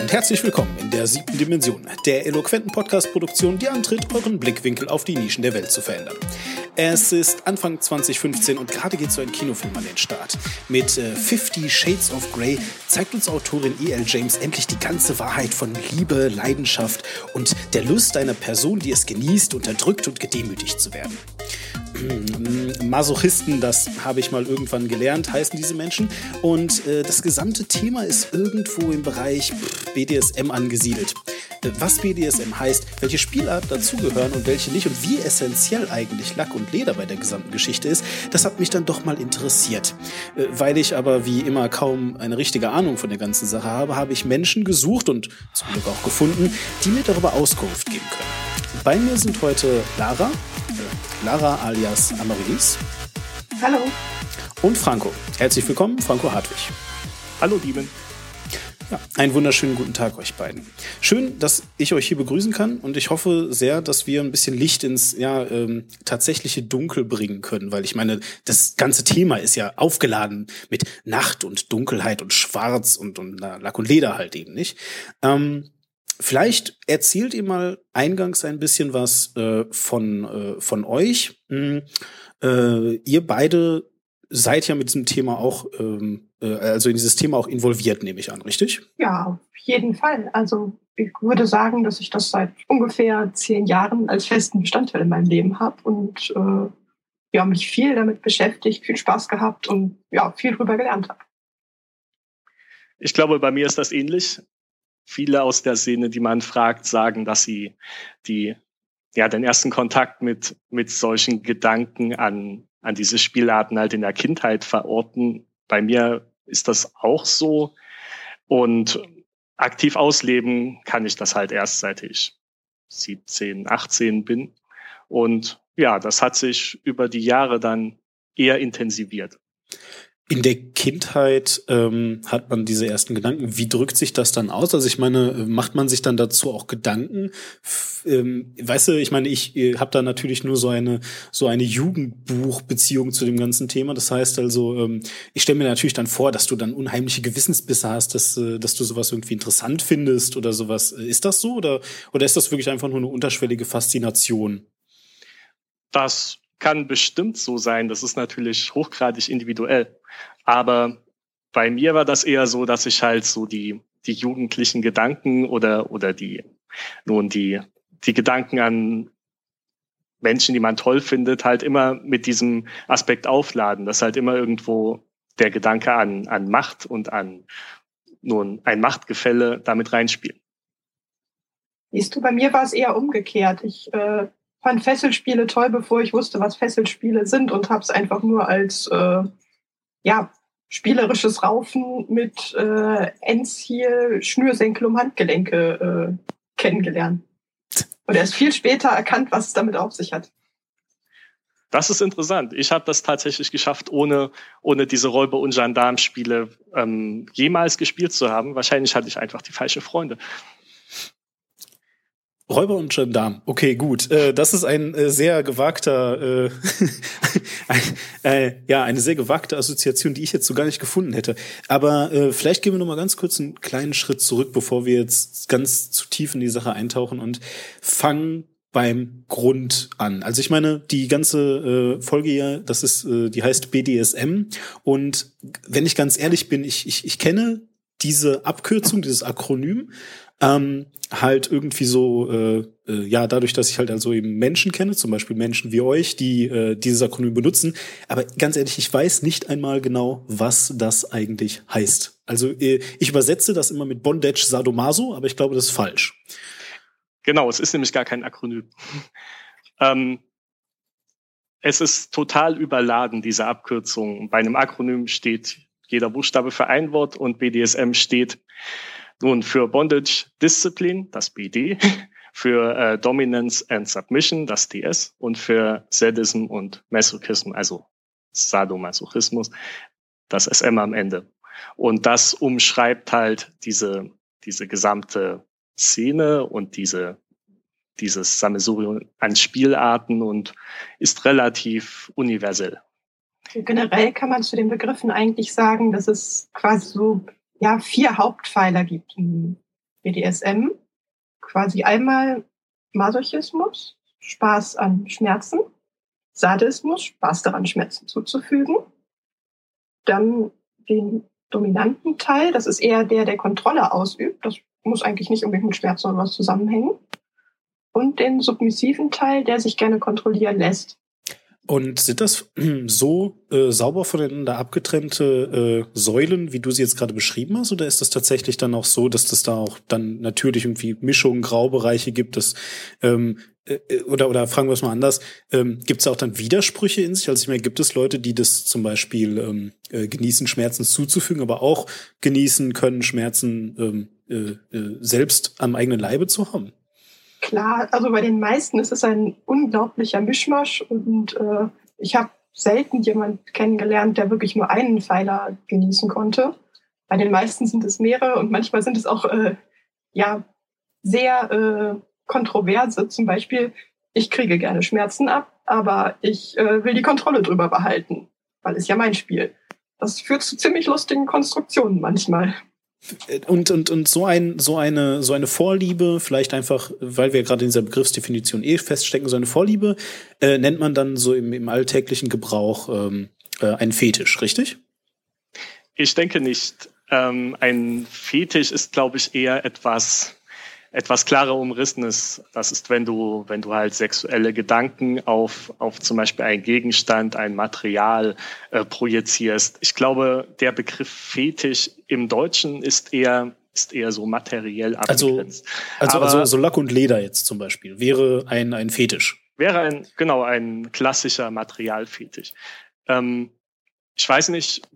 und herzlich willkommen in der 7. Dimension, der eloquenten Podcast-Produktion, die antritt, euren Blickwinkel auf die Nischen der Welt zu verändern. Es ist Anfang 2015 und gerade geht so ein Kinofilm an den Start. Mit 50 Shades of Grey zeigt uns Autorin E.L. James endlich die ganze Wahrheit von Liebe, Leidenschaft und der Lust einer Person, die es genießt, unterdrückt und gedemütigt zu werden. Masochisten, das habe ich mal irgendwann gelernt, heißen diese Menschen. Und das gesamte Thema ist irgendwo im Bereich BDSM angesiedelt. Was BDSM heißt, welche Spielarten dazugehören und welche nicht und wie essentiell eigentlich Lack und Leder bei der gesamten Geschichte ist, das hat mich dann doch mal interessiert. Weil ich aber wie immer kaum eine richtige Ahnung von der ganzen Sache habe, habe ich Menschen gesucht und zum Glück auch gefunden, die mir darüber Auskunft geben können. Bei mir sind heute Lara alias Amaryllis. Hallo. Und Franco. Herzlich willkommen, Franco Hartwig. Hallo, Lieben. Ja, einen wunderschönen guten Tag euch beiden. Schön, dass ich euch hier begrüßen kann und ich hoffe sehr, dass wir ein bisschen Licht ins tatsächliche Dunkel bringen können, weil ich meine, das ganze Thema ist ja aufgeladen mit Nacht und Dunkelheit und Schwarz und Lack und Leder halt eben, nicht? Vielleicht erzählt ihr mal eingangs ein bisschen was von euch. Ihr beide seid ja mit diesem Thema auch, also in dieses Thema auch involviert, nehme ich an, richtig? Ja, auf jeden Fall. Also ich würde sagen, dass ich das seit ungefähr 10 Jahren als festen Bestandteil in meinem Leben habe und mich viel damit beschäftigt, viel Spaß gehabt und viel drüber gelernt habe. Ich glaube, bei mir ist das ähnlich. Viele aus der Szene, die man fragt, sagen, dass sie den ersten Kontakt mit solchen Gedanken an diese Spielarten halt in der Kindheit verorten. Bei mir ist das auch so. Und aktiv ausleben kann ich das halt erst seit ich 17, 18 bin. Und ja, das hat sich über die Jahre dann eher intensiviert. In der Kindheit hat man diese ersten Gedanken. Wie drückt sich das dann aus? Also ich meine, macht man sich dann dazu auch Gedanken? Weißt du, ich meine, ich habe da natürlich nur so eine Jugendbuchbeziehung zu dem ganzen Thema. Das heißt also, ich stelle mir natürlich dann vor, dass du dann unheimliche Gewissensbisse hast, dass du sowas irgendwie interessant findest oder sowas. Ist das so oder ist das wirklich einfach nur eine unterschwellige Faszination? Das kann bestimmt so sein. Das ist natürlich hochgradig individuell. Aber bei mir war das eher so, dass ich halt so die jugendlichen Gedanken oder die Gedanken an Menschen, die man toll findet, halt immer mit diesem Aspekt aufladen, dass halt immer irgendwo der Gedanke an Macht und an ein Machtgefälle damit reinspielt. Siehst du, bei mir war es eher umgekehrt. Ich fand Fesselspiele toll, bevor ich wusste, was Fesselspiele sind und habe es einfach nur als spielerisches Raufen mit Endziel, Schnürsenkel um Handgelenke kennengelernt. Und erst viel später erkannt, was es damit auf sich hat. Das ist interessant. Ich habe das tatsächlich geschafft, ohne diese Räuber- und Gendarmspiele jemals gespielt zu haben. Wahrscheinlich hatte ich einfach die falschen Freunde. Räuber und Gendarm. Okay, gut. Das ist ein sehr gewagter, eine sehr gewagte Assoziation, die ich jetzt so gar nicht gefunden hätte. Aber vielleicht gehen wir noch mal ganz kurz einen kleinen Schritt zurück, bevor wir jetzt ganz zu tief in die Sache eintauchen und fangen beim Grund an. Also ich meine, die ganze Folge hier, die heißt BDSM. Und wenn ich ganz ehrlich bin, ich kenne diese Abkürzung, dieses Akronym, halt irgendwie so, dadurch, dass ich halt also eben Menschen kenne, zum Beispiel Menschen wie euch, die dieses Akronym benutzen. Aber ganz ehrlich, ich weiß nicht einmal genau, was das eigentlich heißt. Also ich übersetze das immer mit Bondage Sadomaso, aber ich glaube, das ist falsch. Genau, es ist nämlich gar kein Akronym. Es ist total überladen, diese Abkürzung. Bei einem Akronym steht jeder Buchstabe für ein Wort und BDSM steht nun für Bondage Discipline, das BD, für Dominance and Submission, das DS, und für Sadism und Masochism, also Sadomasochismus, das SM am Ende. Und das umschreibt halt diese gesamte Szene und dieses Sammelsurium an Spielarten und ist relativ universell. Generell kann man zu den Begriffen eigentlich sagen, dass es quasi so 4 Hauptpfeiler gibt in BDSM quasi einmal Masochismus, Spaß an Schmerzen, Sadismus, Spaß daran, Schmerzen zuzufügen, dann den dominanten Teil, das ist eher der Kontrolle ausübt, das muss eigentlich nicht unbedingt mit Schmerzen oder was zusammenhängen, und den submissiven Teil, der sich gerne kontrollieren lässt. Und sind das so sauber voneinander abgetrennte Säulen, wie du sie jetzt gerade beschrieben hast? Oder ist das tatsächlich dann auch so, dass das da auch dann natürlich irgendwie Mischungen, Graubereiche gibt? Dass, oder fragen wir es mal anders, gibt es auch dann Widersprüche in sich? Also ich meine, gibt es Leute, die das zum Beispiel genießen, Schmerzen zuzufügen, aber auch genießen können, Schmerzen selbst am eigenen Leibe zu haben? Klar, also bei den meisten ist es ein unglaublicher Mischmasch und ich habe selten jemanden kennengelernt, der wirklich nur einen Pfeiler genießen konnte. Bei den meisten sind es mehrere und manchmal sind es auch sehr kontroverse. Zum Beispiel, ich kriege gerne Schmerzen ab, aber ich will die Kontrolle drüber behalten, weil es ja mein Spiel. Das führt zu ziemlich lustigen Konstruktionen manchmal. Und so eine Vorliebe, vielleicht einfach, weil wir gerade in dieser Begriffsdefinition feststecken, so eine Vorliebe nennt man dann so im alltäglichen Gebrauch einen Fetisch, richtig? Ich denke nicht. Ein Fetisch ist, glaube ich, eher etwas klarer umrissenes. Das ist, wenn du halt sexuelle Gedanken auf zum Beispiel einen Gegenstand, ein Material projizierst. Ich glaube, der Begriff Fetisch im Deutschen ist eher so materiell abgegrenzt. Also so Lack und Leder jetzt zum Beispiel wäre ein Fetisch. Wäre ein klassischer Materialfetisch. Ich weiß nicht,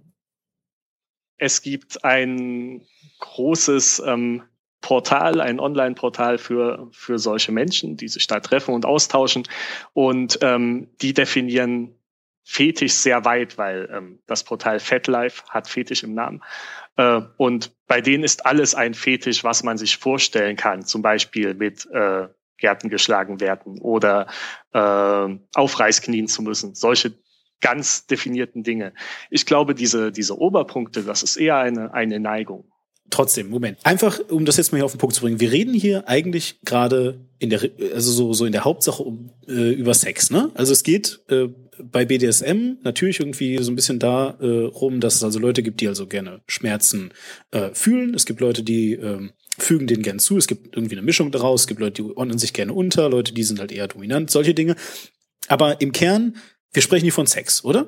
es gibt ein großes Portal, ein Online-Portal für solche Menschen, die sich da treffen und austauschen. Und die definieren Fetisch sehr weit, weil das Portal FetLife hat Fetisch im Namen. Und bei denen ist alles ein Fetisch, was man sich vorstellen kann. Zum Beispiel mit Gärten geschlagen werden oder auf Reis knien zu müssen. Solche ganz definierten Dinge. Ich glaube, diese Oberpunkte, das ist eher eine Neigung. Trotzdem, Moment. Einfach, um das jetzt mal hier auf den Punkt zu bringen. Wir reden hier eigentlich gerade in der Hauptsache über Sex, ne? Also es geht bei BDSM natürlich irgendwie so ein bisschen darum, dass es also Leute gibt, die also gerne Schmerzen fühlen. Es gibt Leute, die fügen denen gern zu. Es gibt irgendwie eine Mischung daraus. Es gibt Leute, die ordnen sich gerne unter. Leute, die sind halt eher dominant. Solche Dinge. Aber im Kern, wir sprechen hier von Sex, oder?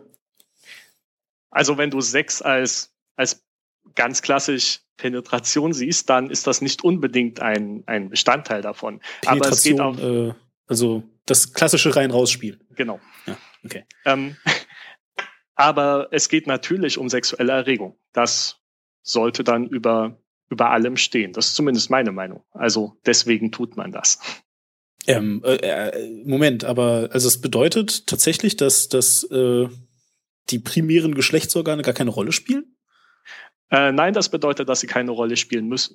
Also wenn du Sex als ganz klassisch Penetration siehst, dann ist das nicht unbedingt ein Bestandteil davon. Penetration, aber es geht auch, also das klassische Rein-Raus-Spiel. Genau. Ja, okay. Aber es geht natürlich um sexuelle Erregung. Das sollte dann über allem stehen. Das ist zumindest meine Meinung. Also deswegen tut man das. Moment, aber also es bedeutet tatsächlich, dass die primären Geschlechtsorgane gar keine Rolle spielen? Nein, das bedeutet, dass sie keine Rolle spielen müssen.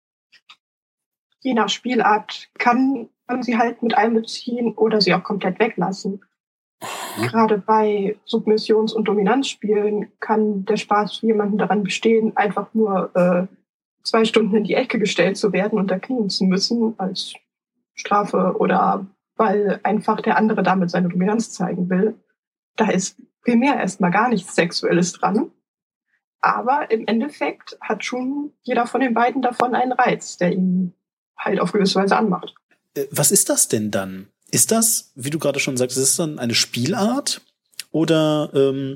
Je nach Spielart kann man sie halt mit einbeziehen oder sie auch komplett weglassen. Gerade bei Submissions- und Dominanzspielen kann der Spaß für jemanden daran bestehen, einfach nur 2 Stunden in die Ecke gestellt zu werden und da knien zu müssen als Strafe oder weil einfach der andere damit seine Dominanz zeigen will. Da ist primär erstmal gar nichts Sexuelles dran. Aber im Endeffekt hat schon jeder von den beiden davon einen Reiz, der ihn halt auf gewisse Weise anmacht. Was ist das denn dann? Ist das, wie du gerade schon sagst, ist das dann eine Spielart? Oder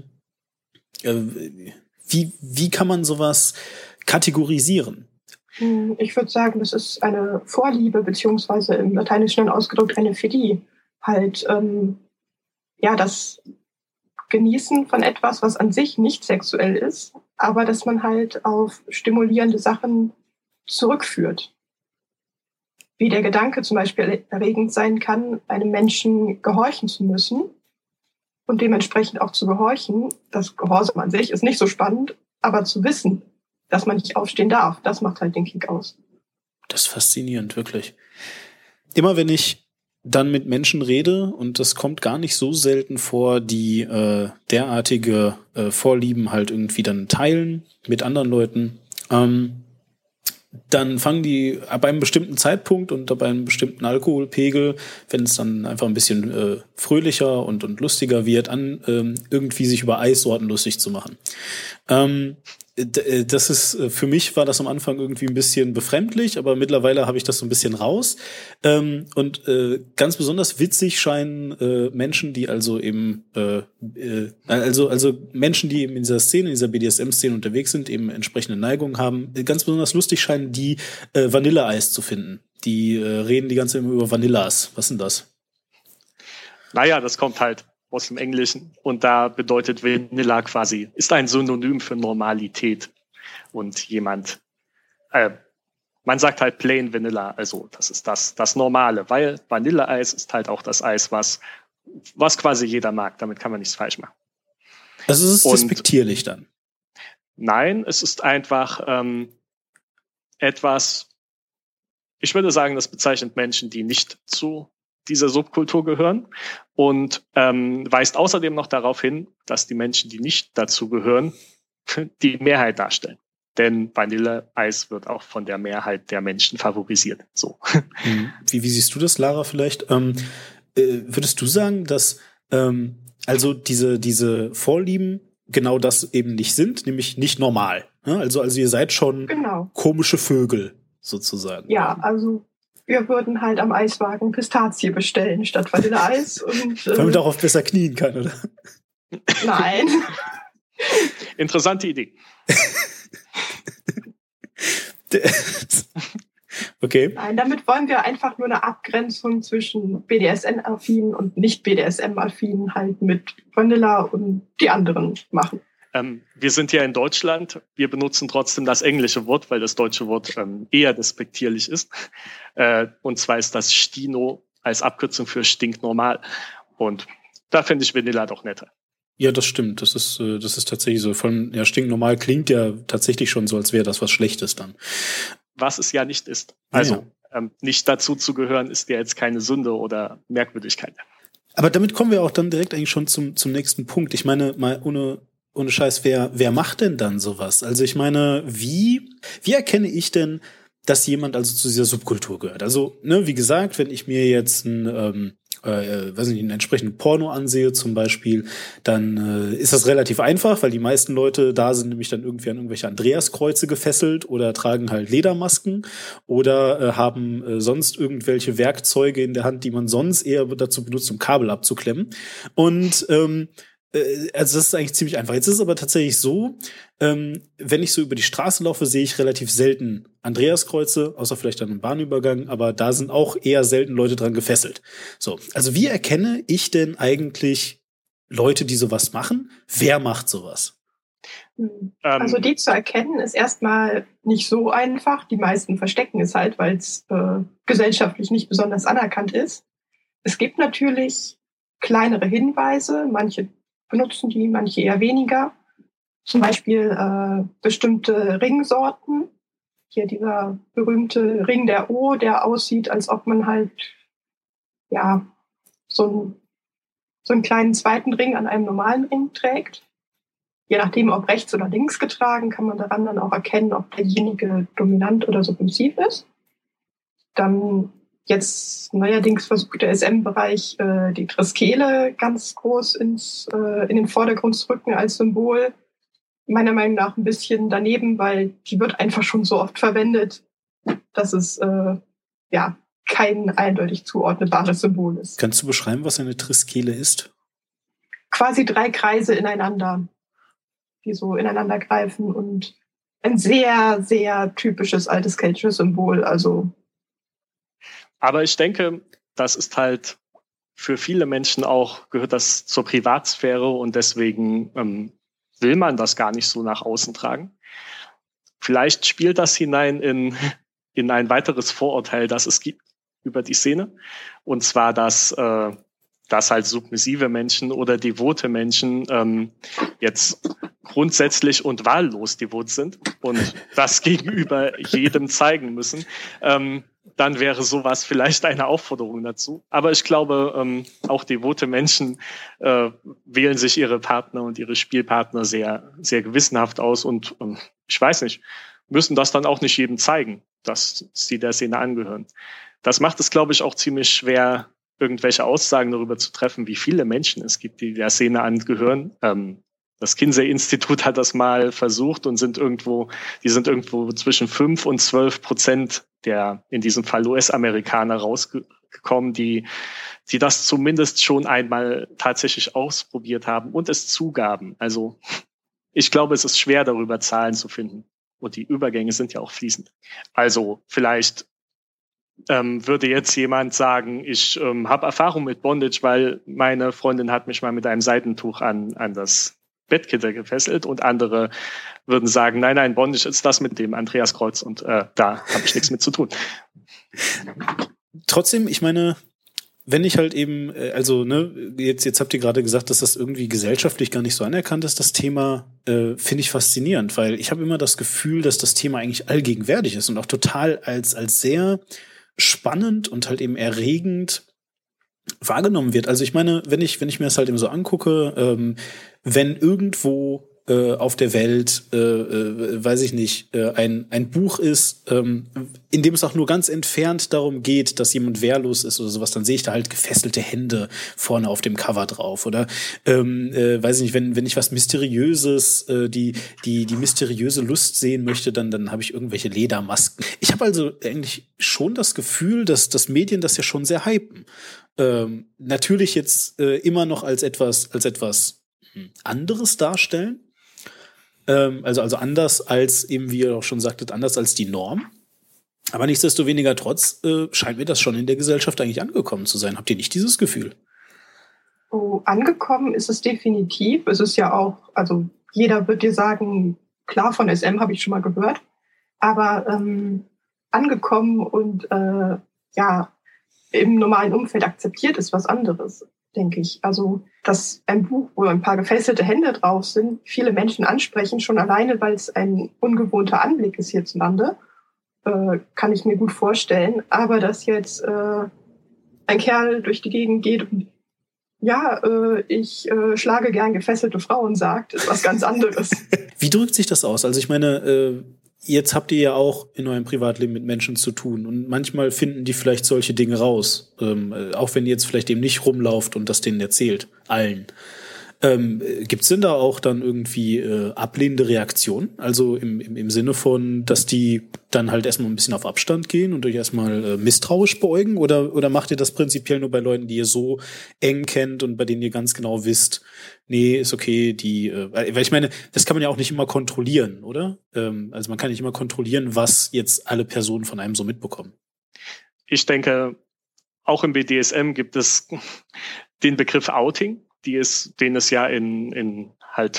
wie kann man sowas kategorisieren? Ich würde sagen, das ist eine Vorliebe, beziehungsweise im Lateinischen ausgedrückt eine Philie. Halt, das Genießen von etwas, was an sich nicht sexuell ist, aber dass man halt auf stimulierende Sachen zurückführt. Wie der Gedanke zum Beispiel erregend sein kann, einem Menschen gehorchen zu müssen und dementsprechend auch zu gehorchen. Das Gehorsam an sich ist nicht so spannend, aber zu wissen, dass man nicht aufstehen darf, das macht halt den Kick aus. Das ist faszinierend, wirklich. Immer wenn ich dann mit Menschen rede, und das kommt gar nicht so selten vor, die derartige Vorlieben halt irgendwie dann teilen mit anderen Leuten, dann fangen die ab einem bestimmten Zeitpunkt und ab einem bestimmten Alkoholpegel, wenn es dann einfach ein bisschen fröhlicher und lustiger wird, an irgendwie sich über Eissorten lustig zu machen. Das ist, für mich war das am Anfang irgendwie ein bisschen befremdlich, aber mittlerweile habe ich das so ein bisschen raus. Und ganz besonders witzig scheinen Menschen, die also eben also Menschen, die eben in dieser Szene, in dieser BDSM-Szene unterwegs sind, eben entsprechende Neigungen haben, ganz besonders lustig scheinen die Vanilleeis zu finden. Die reden die ganze Zeit immer über Vanillas. Was ist denn das? Naja, das kommt halt aus dem Englischen. Und da bedeutet Vanilla quasi, ist ein Synonym für Normalität. Und man sagt halt plain Vanilla, also das ist das Normale, weil Vanilleeis ist halt auch das Eis, was quasi jeder mag. Damit kann man nichts falsch machen. Also es ist despektierlich dann? Nein, es ist einfach etwas, ich würde sagen, das bezeichnet Menschen, die nicht zu dieser Subkultur gehören und weist außerdem noch darauf hin, dass die Menschen, die nicht dazu gehören, die Mehrheit darstellen. Denn Vanilleeis wird auch von der Mehrheit der Menschen favorisiert. So. Wie siehst du das, Lara, vielleicht? Würdest du sagen, dass also diese Vorlieben genau das eben nicht sind, nämlich nicht normal? Ne? Also ihr seid schon komische Vögel, sozusagen. Ja, also wir würden halt am Eiswagen Pistazie bestellen statt Vanilleeis. Weil man darauf besser knien kann, oder? Nein. Interessante Idee. Okay. Nein, damit wollen wir einfach nur eine Abgrenzung zwischen BDSM-affinen und nicht BDSM-affinen halt mit Vanilla und die anderen machen. Wir sind ja in Deutschland. Wir benutzen trotzdem das englische Wort, weil das deutsche Wort eher despektierlich ist. Und zwar ist das Stino als Abkürzung für stinknormal. Und da finde ich Vanilla doch netter. Ja, das stimmt. Das ist tatsächlich so. Stinknormal klingt ja tatsächlich schon so, als wäre das was Schlechtes dann. Was es ja nicht ist. Also nicht dazu zu gehören, ist ja jetzt keine Sünde oder Merkwürdigkeit. Aber damit kommen wir auch dann direkt eigentlich schon zum nächsten Punkt. Ich meine, mal ohne Scheiß, wer macht denn dann sowas? Also ich meine, wie erkenne ich denn, dass jemand also zu dieser Subkultur gehört? Also, wie gesagt, wenn ich mir jetzt einen entsprechenden Porno ansehe zum Beispiel, dann ist das relativ einfach, weil die meisten Leute da sind nämlich dann irgendwie an irgendwelche Andreaskreuze gefesselt oder tragen halt Ledermasken oder haben sonst irgendwelche Werkzeuge in der Hand, die man sonst eher dazu benutzt, um Kabel abzuklemmen. Und also das ist eigentlich ziemlich einfach. Jetzt ist es aber tatsächlich so, wenn ich so über die Straße laufe, sehe ich relativ selten Andreaskreuze, außer vielleicht an einem Bahnübergang, aber da sind auch eher selten Leute dran gefesselt. So, also wie erkenne ich denn eigentlich Leute, die sowas machen? Wer macht sowas? Also die zu erkennen ist erstmal nicht so einfach. Die meisten verstecken es halt, weil es gesellschaftlich nicht besonders anerkannt ist. Es gibt natürlich kleinere Hinweise, manche benutzen die, manche eher weniger. Zum Beispiel bestimmte Ringsorten. Hier dieser berühmte Ring der O, der aussieht, als ob man halt so einen kleinen zweiten Ring an einem normalen Ring trägt. Je nachdem, ob rechts oder links getragen, kann man daran dann auch erkennen, ob derjenige dominant oder submissiv ist. Dann jetzt neuerdings versucht der SM-Bereich die Triskele ganz groß in den Vordergrund zu rücken als Symbol. Meiner Meinung nach ein bisschen daneben, weil die wird einfach schon so oft verwendet, dass es kein eindeutig zuordnetbares Symbol ist. Kannst du beschreiben, was eine Triskele ist? Quasi 3 Kreise ineinander, die so ineinander greifen und ein sehr, sehr typisches altes keltisches Symbol, also. Aber ich denke, das ist halt für viele Menschen auch, gehört das zur Privatsphäre und deswegen will man das gar nicht so nach außen tragen. Vielleicht spielt das hinein in ein weiteres Vorurteil, das es gibt über die Szene. Und zwar, dass halt submissive Menschen oder devote Menschen jetzt grundsätzlich und wahllos devot sind und das gegenüber jedem zeigen müssen. Dann wäre sowas vielleicht eine Aufforderung dazu. Aber ich glaube, auch devote Menschen wählen sich ihre Partner und ihre Spielpartner sehr, sehr gewissenhaft aus. Und ich weiß nicht, müssen das dann auch nicht jedem zeigen, dass sie der Szene angehören. Das macht es, glaube ich, auch ziemlich schwer, irgendwelche Aussagen darüber zu treffen, wie viele Menschen es gibt, die der Szene angehören. Das Kinsey-Institut hat das mal versucht und sind irgendwo zwischen 5 und 12% der, in diesem Fall US-Amerikaner, rausgekommen, die das zumindest schon einmal tatsächlich ausprobiert haben und es zugaben. Also ich glaube, es ist schwer, darüber Zahlen zu finden. Und die Übergänge sind ja auch fließend. Also vielleicht würde jetzt jemand sagen, ich habe Erfahrung mit Bondage, weil meine Freundin hat mich mal mit einem Seidentuch an das Bettgitter gefesselt, und andere würden sagen, nein, Bondage ist das mit dem Andreas Kreuz, und da habe ich nichts mit zu tun. Trotzdem, ich meine, wenn ich halt eben, jetzt habt ihr gerade gesagt, dass das irgendwie gesellschaftlich gar nicht so anerkannt ist, das Thema, finde ich faszinierend, weil ich habe immer das Gefühl, dass das Thema eigentlich allgegenwärtig ist und auch total als sehr spannend und halt eben erregend wahrgenommen wird. Also ich meine, wenn ich mir das halt eben so angucke, wenn irgendwo auf der Welt, weiß ich nicht, ein Buch ist, in dem es auch nur ganz entfernt darum geht, dass jemand wehrlos ist oder sowas, dann sehe ich da halt gefesselte Hände vorne auf dem Cover drauf. Oder weiß ich nicht, wenn ich was Mysteriöses, die mysteriöse Lust sehen möchte, dann habe ich irgendwelche Ledermasken. Ich habe also eigentlich schon das Gefühl, dass Medien das ja schon sehr hypen. Natürlich jetzt immer noch als etwas anderes darstellen. Also anders als, eben wie ihr auch schon sagtet, anders als die Norm. Aber nichtsdestoweniger trotz scheint mir das schon in der Gesellschaft eigentlich angekommen zu sein. Habt ihr nicht dieses Gefühl? Oh, angekommen ist es definitiv. Es ist ja auch, also jeder wird dir sagen, klar, von SM habe ich schon mal gehört. Aber angekommen und im normalen Umfeld akzeptiert ist was anderes, denke ich. Also, dass ein Buch, wo ein paar gefesselte Hände drauf sind, viele Menschen ansprechen, schon alleine, weil es ein ungewohnter Anblick ist hierzulande, kann ich mir gut vorstellen. Aber dass jetzt ein Kerl durch die Gegend geht und ich schlage gern gefesselte Frauen sagt, ist was ganz anderes. Wie drückt sich das aus? Also ich meine, jetzt habt ihr ja auch in eurem Privatleben mit Menschen zu tun und manchmal finden die vielleicht solche Dinge raus, auch wenn ihr jetzt vielleicht eben nicht rumlauft und das denen erzählt, allen. Gibt's denn da auch dann irgendwie ablehnende Reaktionen? Also im Sinne von, dass die dann halt erstmal ein bisschen auf Abstand gehen und euch erstmal misstrauisch beäugen? Oder macht ihr das prinzipiell nur bei Leuten, die ihr so eng kennt und bei denen ihr ganz genau wisst, nee, ist okay, weil ich meine, das kann man ja auch nicht immer kontrollieren, oder? Also man kann nicht immer kontrollieren, was jetzt alle Personen von einem so mitbekommen. Ich denke, auch im BDSM gibt es den Begriff Outing, den es ja in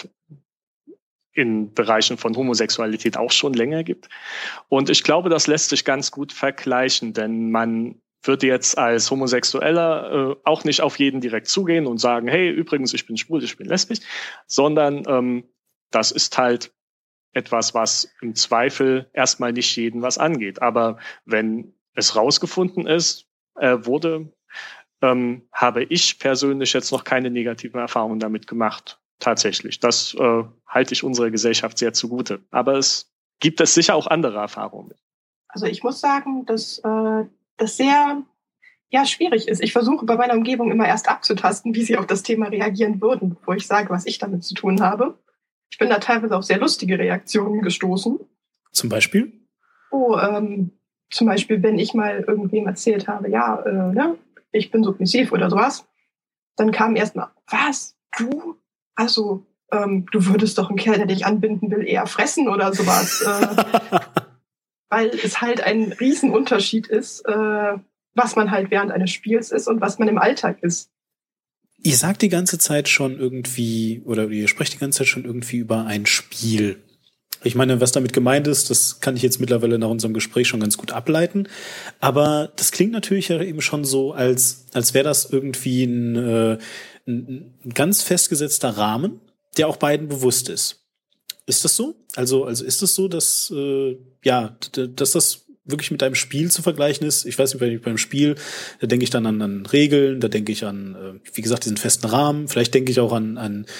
Bereichen von Homosexualität auch schon länger gibt. Und ich glaube, das lässt sich ganz gut vergleichen, denn man würde jetzt als Homosexueller auch nicht auf jeden direkt zugehen und sagen, hey, übrigens, ich bin schwul, ich bin lesbisch, sondern das ist halt etwas, was im Zweifel erstmal nicht jeden was angeht. Aber wenn es rausgefunden wurde, habe ich persönlich jetzt noch keine negativen Erfahrungen damit gemacht. Tatsächlich. Das halte ich unserer Gesellschaft sehr zugute. Aber es gibt sicher auch andere Erfahrungen mit. Also ich muss sagen, dass das sehr schwierig ist. Ich versuche bei meiner Umgebung immer erst abzutasten, wie sie auf das Thema reagieren würden, bevor ich sage, was ich damit zu tun habe. Ich bin da teilweise auf sehr lustige Reaktionen gestoßen. Zum Beispiel? Zum Beispiel, wenn ich mal irgendwem erzählt habe, ich bin submissiv oder sowas, dann kam erstmal, was, du? Also, du würdest doch einen Kerl, der dich anbinden will, eher fressen oder sowas. Weil es halt ein Riesenunterschied ist, was man halt während eines Spiels ist und was man im Alltag ist. Ihr sagt die ganze Zeit schon irgendwie, oder ihr sprecht die ganze Zeit schon irgendwie über ein Spiel. Ich meine, was damit gemeint ist, das kann ich jetzt mittlerweile nach unserem Gespräch schon ganz gut ableiten. Aber das klingt natürlich ja eben schon so, als wäre das irgendwie ein ganz festgesetzter Rahmen, der auch beiden bewusst ist. Ist das so? Also ist es so, dass das wirklich mit einem Spiel zu vergleichen ist? Ich weiß nicht, wenn ich beim Spiel, da denke ich dann an Regeln, da denke ich an, wie gesagt, diesen festen Rahmen. Vielleicht denke ich auch an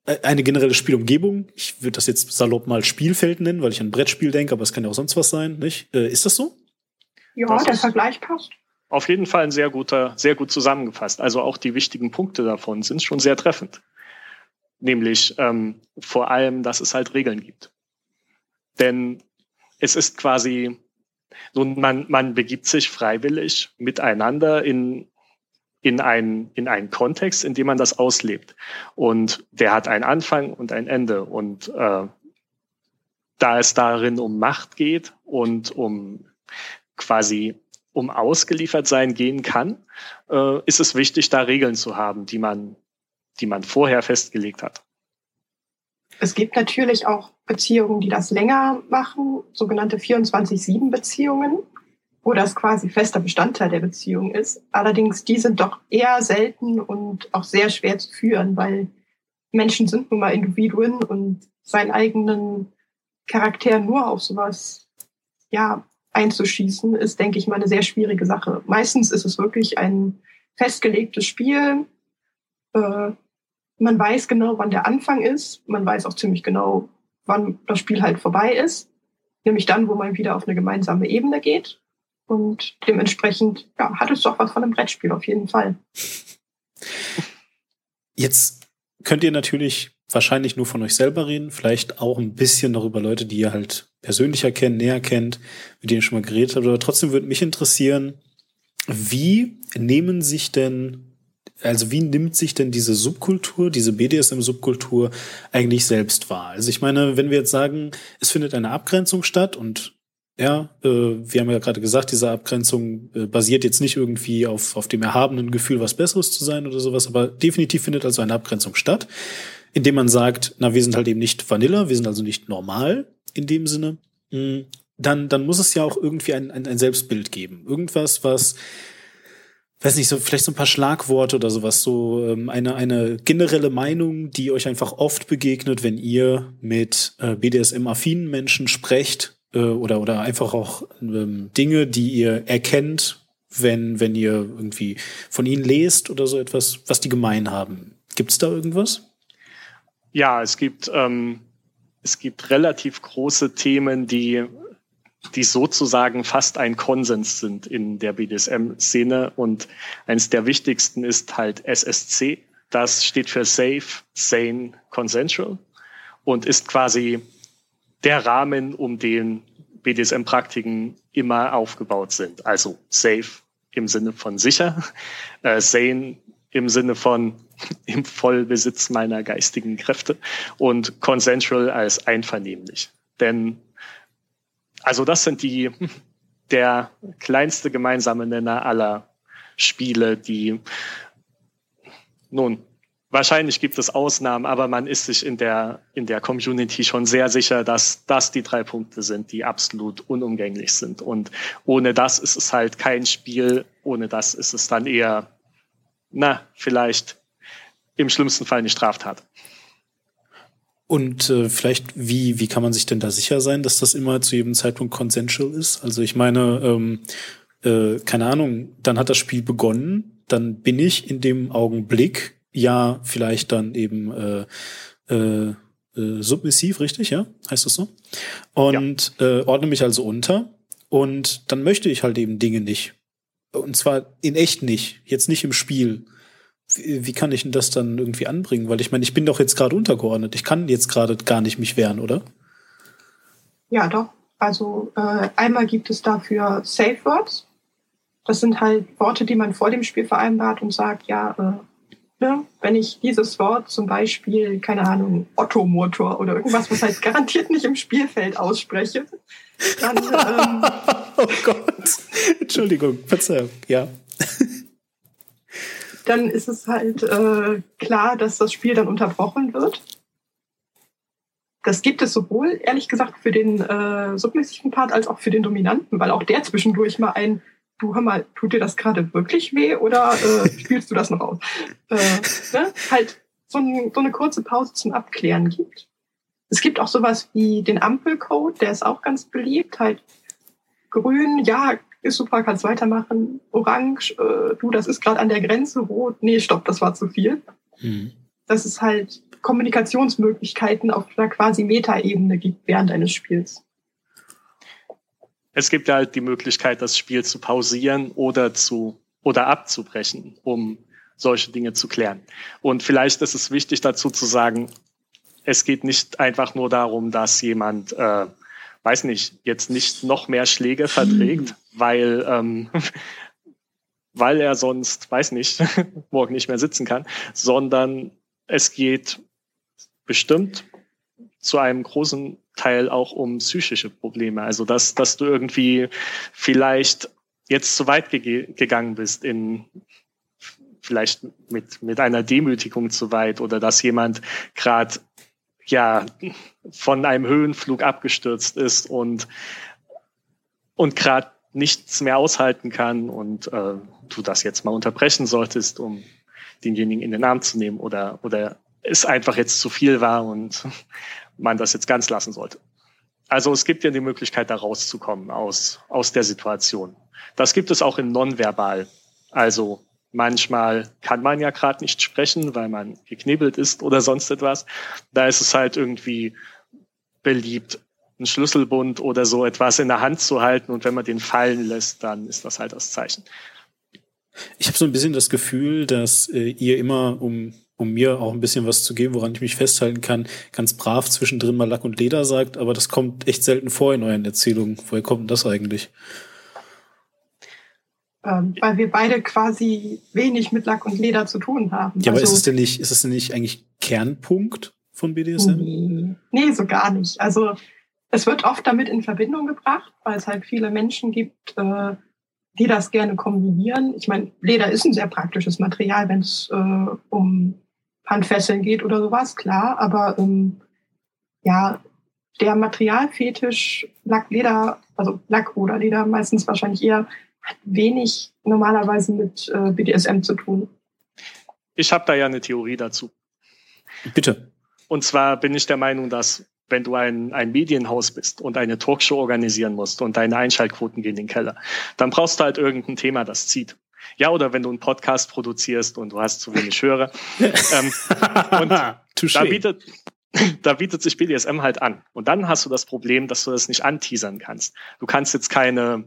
eine generelle Spielumgebung. Ich würde das jetzt salopp mal Spielfeld nennen, weil ich an ein Brettspiel denke, aber es kann ja auch sonst was sein, nicht? Ist das so? Ja, das der Vergleich passt. Auf jeden Fall sehr gut zusammengefasst. Also auch die wichtigen Punkte davon sind schon sehr treffend. Nämlich vor allem, dass es halt Regeln gibt. Denn es ist quasi, nun, man begibt sich freiwillig miteinander in einen Kontext, in dem man das auslebt. Und der hat einen Anfang und ein Ende. Und da es darin um Macht geht und um ausgeliefert sein gehen kann, ist es wichtig, da Regeln zu haben, die man vorher festgelegt hat. Es gibt natürlich auch Beziehungen, die das länger machen, sogenannte 24/7-Beziehungen, wo das quasi fester Bestandteil der Beziehung ist. Allerdings, die sind doch eher selten und auch sehr schwer zu führen, weil Menschen sind nun mal Individuen und seinen eigenen Charakter nur auf sowas, einzuschießen, ist, denke ich mal, eine sehr schwierige Sache. Meistens ist es wirklich ein festgelegtes Spiel. Man weiß genau, wann der Anfang ist. Man weiß auch ziemlich genau, wann das Spiel halt vorbei ist. Nämlich dann, wo man wieder auf eine gemeinsame Ebene geht. Und dementsprechend hat es doch was von einem Brettspiel auf jeden Fall. Jetzt könnt ihr natürlich wahrscheinlich nur von euch selber reden, vielleicht auch ein bisschen noch über Leute, die ihr halt persönlicher kennt, näher kennt, mit denen ihr schon mal geredet habt. Aber trotzdem würde mich interessieren, wie nimmt sich denn diese Subkultur, diese BDSM-Subkultur eigentlich selbst wahr? Also ich meine, wenn wir jetzt sagen, es findet eine Abgrenzung statt und wir haben ja gerade gesagt, diese Abgrenzung basiert jetzt nicht irgendwie auf dem erhabenen Gefühl, was Besseres zu sein oder sowas, aber definitiv findet also eine Abgrenzung statt, indem man sagt, na, wir sind halt eben nicht Vanilla, wir sind also nicht normal in dem Sinne. Dann muss es ja auch irgendwie ein Selbstbild geben. Irgendwas, was, weiß nicht, so vielleicht so ein paar Schlagworte oder sowas, so eine generelle Meinung, die euch einfach oft begegnet, wenn ihr mit BDSM-affinen Menschen sprecht, oder einfach auch Dinge, die ihr erkennt, wenn ihr irgendwie von ihnen lest oder so etwas, was die gemein haben. Gibt's da irgendwas? Ja, es gibt relativ große Themen, die sozusagen fast ein Konsens sind in der BDSM-Szene. Und eines der wichtigsten ist halt SSC. Das steht für Safe, Sane, Consensual und ist quasi der Rahmen, um den BDSM-Praktiken immer aufgebaut sind. Also safe im Sinne von sicher, sane im Sinne von im Vollbesitz meiner geistigen Kräfte und consensual als einvernehmlich. Denn also das sind der kleinste gemeinsame Nenner aller Spiele, die nun wahrscheinlich gibt es Ausnahmen, aber man ist sich in der Community schon sehr sicher, dass das die 3 Punkte sind, die absolut unumgänglich sind. Und ohne das ist es halt kein Spiel. Ohne das ist es dann eher, vielleicht im schlimmsten Fall eine Straftat. Und vielleicht, wie kann man sich denn da sicher sein, dass das immer zu jedem Zeitpunkt consensual ist? Also ich meine, keine Ahnung, dann hat das Spiel begonnen, dann bin ich in dem Augenblick vielleicht dann eben submissiv, richtig, ja? Heißt das so? Und ordne mich also unter und dann möchte ich halt eben Dinge nicht. Und zwar in echt nicht, jetzt nicht im Spiel. Wie kann ich denn das dann irgendwie anbringen? Weil ich meine, ich bin doch jetzt gerade untergeordnet. Ich kann jetzt gerade gar nicht mich wehren, oder? Ja, doch. Also einmal gibt es dafür Safe Words. Das sind halt Worte, die man vor dem Spiel vereinbart und sagt, wenn ich dieses Wort zum Beispiel, keine Ahnung, Ottomotor oder irgendwas, was halt garantiert nicht im Spielfeld ausspreche, dann oh Gott. Entschuldigung, Verzeihung, ja. Dann ist es halt klar, dass das Spiel dann unterbrochen wird. Das gibt es sowohl, ehrlich gesagt, für den submissiven Part als auch für den Dominanten, weil auch der zwischendurch mal du, hör mal, tut dir das gerade wirklich weh oder spielst du das noch aus? Halt so eine kurze Pause zum Abklären gibt. Es gibt auch sowas wie den Ampelcode, der ist auch ganz beliebt. Halt grün, ja, ist super, kannst weitermachen. Orange, das ist gerade an der Grenze. Rot, nee, stopp, das war zu viel. dass es halt Kommunikationsmöglichkeiten auf einer quasi Metaebene gibt während eines Spiels. Es gibt ja halt die Möglichkeit, das Spiel zu pausieren oder abzubrechen, um solche Dinge zu klären. Und vielleicht ist es wichtig dazu zu sagen, es geht nicht einfach nur darum, dass jemand, jetzt nicht noch mehr Schläge verträgt, weil er sonst, morgen nicht mehr sitzen kann, sondern es geht bestimmt zu einem großen Teil auch um psychische Probleme. Also, dass du irgendwie vielleicht jetzt zu weit gegangen bist vielleicht mit einer Demütigung zu weit oder dass jemand gerade von einem Höhenflug abgestürzt ist und gerade nichts mehr aushalten kann und du das jetzt mal unterbrechen solltest, um denjenigen in den Arm zu nehmen oder es einfach jetzt zu viel war und man das jetzt ganz lassen sollte. Also es gibt ja die Möglichkeit, da rauszukommen aus der Situation. Das gibt es auch in Nonverbal. Also manchmal kann man ja gerade nicht sprechen, weil man geknebelt ist oder sonst etwas. Da ist es halt irgendwie beliebt, einen Schlüsselbund oder so etwas in der Hand zu halten und wenn man den fallen lässt, dann ist das halt das Zeichen. Ich habe so ein bisschen das Gefühl, dass ihr immer, um mir auch ein bisschen was zu geben, woran ich mich festhalten kann, ganz brav zwischendrin mal Lack und Leder sagt, aber das kommt echt selten vor in euren Erzählungen. Woher kommt denn das eigentlich? Weil wir beide quasi wenig mit Lack und Leder zu tun haben. Ja, aber ist es denn nicht eigentlich Kernpunkt von BDSM? Nee, so gar nicht. Also es wird oft damit in Verbindung gebracht, weil es halt viele Menschen gibt, die das gerne kombinieren. Ich meine, Leder ist ein sehr praktisches Material, wenn es um Handfesseln geht oder sowas, klar. Aber der Materialfetisch Lack-Leder, also Lack oder Leder meistens wahrscheinlich eher, hat wenig normalerweise mit BDSM zu tun. Ich habe da ja eine Theorie dazu. Bitte. Und zwar bin ich der Meinung, dass wenn du ein Medienhaus bist und eine Talkshow organisieren musst und deine Einschaltquoten gehen in den Keller, dann brauchst du halt irgendein Thema, das zieht. Ja, oder wenn du einen Podcast produzierst und du hast zu wenig Hörer. Und da bietet sich BDSM halt an. Und dann hast du das Problem, dass du das nicht anteasern kannst. Du kannst jetzt keine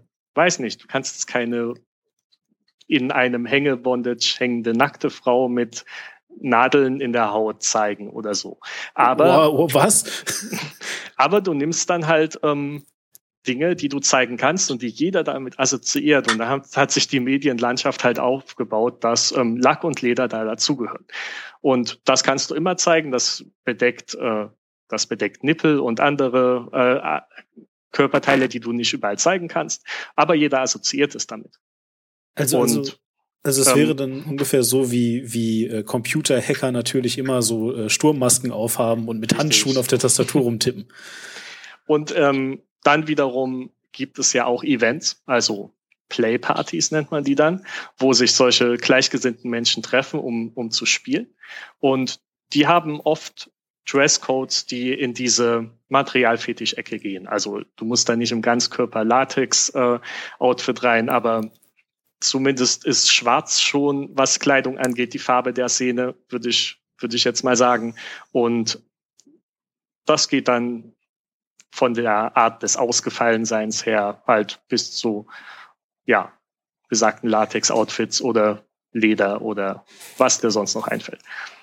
in einem Hängebondage hängende nackte Frau mit Nadeln in der Haut zeigen oder so. Aber wow, was? Aber du nimmst dann halt Dinge, die du zeigen kannst und die jeder damit assoziiert. Und da hat sich die Medienlandschaft halt aufgebaut, dass Lack und Leder da dazugehören. Und das kannst du immer zeigen. Das bedeckt Nippel und andere Körperteile, die du nicht überall zeigen kannst. Aber jeder assoziiert es damit. Also es wäre dann ungefähr so, wie Computerhacker natürlich immer so Sturmmasken aufhaben und mit Handschuhen auf der Tastatur rumtippen. Und dann wiederum gibt es ja auch Events, also Playpartys nennt man die dann, wo sich solche gleichgesinnten Menschen treffen, um zu spielen. Und die haben oft Dresscodes, die in diese Materialfetisch-Ecke gehen. Also du musst da nicht im Ganzkörper-Latex-Outfit rein, aber zumindest ist Schwarz schon, was Kleidung angeht, die Farbe der Szene, würde ich jetzt mal sagen. Und das geht dann von der Art des Ausgefallenseins her halt bis zu, besagten Latex-Outfits oder Leder oder was dir sonst noch einfällt.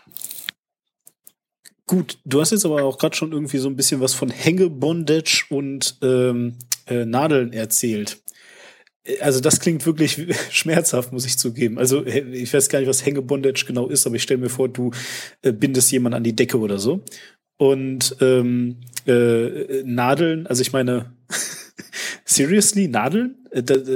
Gut, du hast jetzt aber auch gerade schon irgendwie so ein bisschen was von Hängebondage und Nadeln erzählt. Also das klingt wirklich schmerzhaft, muss ich zugeben. Also ich weiß gar nicht, was Hängebondage genau ist, aber ich stelle mir vor, du bindest jemanden an die Decke oder so. Und Nadeln, also ich meine, seriously, Nadeln?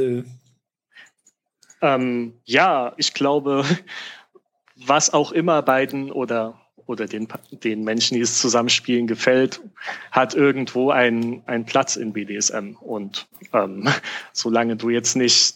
Ich glaube, was auch immer beiden oder den Menschen, die es zusammenspielen, gefällt, hat irgendwo einen Platz in BDSM. Und solange du jetzt nicht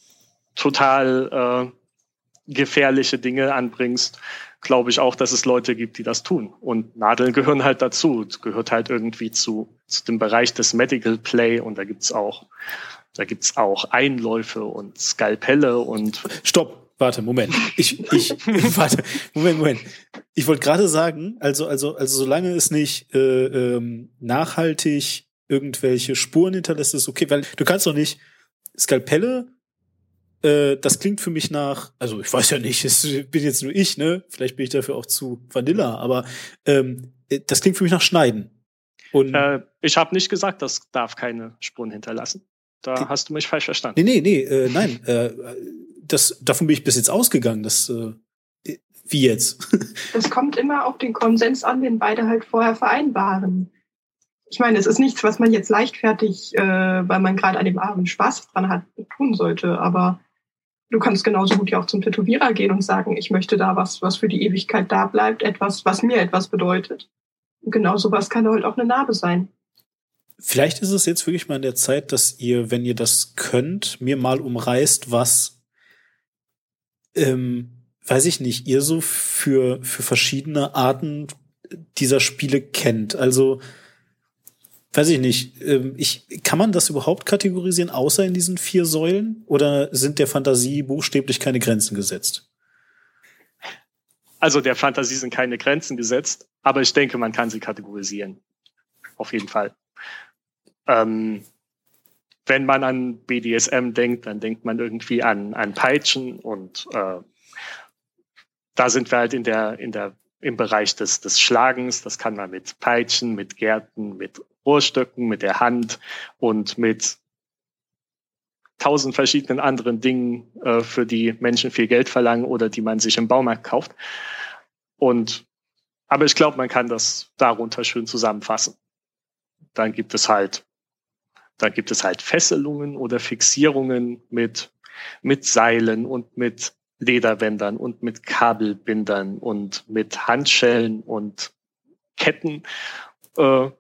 total gefährliche Dinge anbringst, glaube ich auch, dass es Leute gibt, die das tun. Und Nadeln gehören halt dazu. Es gehört halt irgendwie zu dem Bereich des Medical Play und da gibt's auch Einläufe und Skalpelle und... Stopp! Warte, Moment. Warte, Moment. Ich wollte gerade sagen, also solange es nicht nachhaltig irgendwelche Spuren hinterlässt, ist okay, weil du kannst doch nicht Skalpelle, das klingt für mich nach, also ich weiß ja nicht, es bin jetzt nur ich, ne? Vielleicht bin ich dafür auch zu Vanilla, aber das klingt für mich nach Schneiden. Und ich habe nicht gesagt, das darf keine Spuren hinterlassen. Da hast du mich falsch verstanden. Nein. Davon bin ich bis jetzt ausgegangen, dass wie jetzt? Es kommt immer auf den Konsens an, den beide halt vorher vereinbaren. Ich meine, es ist nichts, was man jetzt leichtfertig, weil man gerade an dem Abend Spaß dran hat, tun sollte. Aber du kannst genauso gut ja auch zum Tätowierer gehen und sagen, ich möchte da was für die Ewigkeit da bleibt, etwas, was mir etwas bedeutet. Und genau sowas kann halt auch eine Narbe sein. Vielleicht ist es jetzt wirklich mal in der Zeit, dass ihr, wenn ihr das könnt, mir mal umreißt, was weiß ich nicht, ihr so für verschiedene Arten dieser Spiele kennt. Also, weiß ich nicht, kann man das überhaupt kategorisieren, außer in diesen 4 Säulen? Oder sind der Fantasie buchstäblich keine Grenzen gesetzt? Also der Fantasie sind keine Grenzen gesetzt, aber ich denke, man kann sie kategorisieren. Auf jeden Fall. Wenn man an BDSM denkt, dann denkt man irgendwie an Peitschen und da sind wir halt im Bereich des Schlagens. Das kann man mit Peitschen, mit Gerten, mit Rohrstöcken, mit der Hand und mit 1000 verschiedenen anderen Dingen, für die Menschen viel Geld verlangen oder die man sich im Baumarkt kauft. Aber ich glaube, man kann das darunter schön zusammenfassen. Dann gibt es halt Fesselungen oder Fixierungen mit Seilen und mit Lederbändern und mit Kabelbindern und mit Handschellen und Ketten. Ja.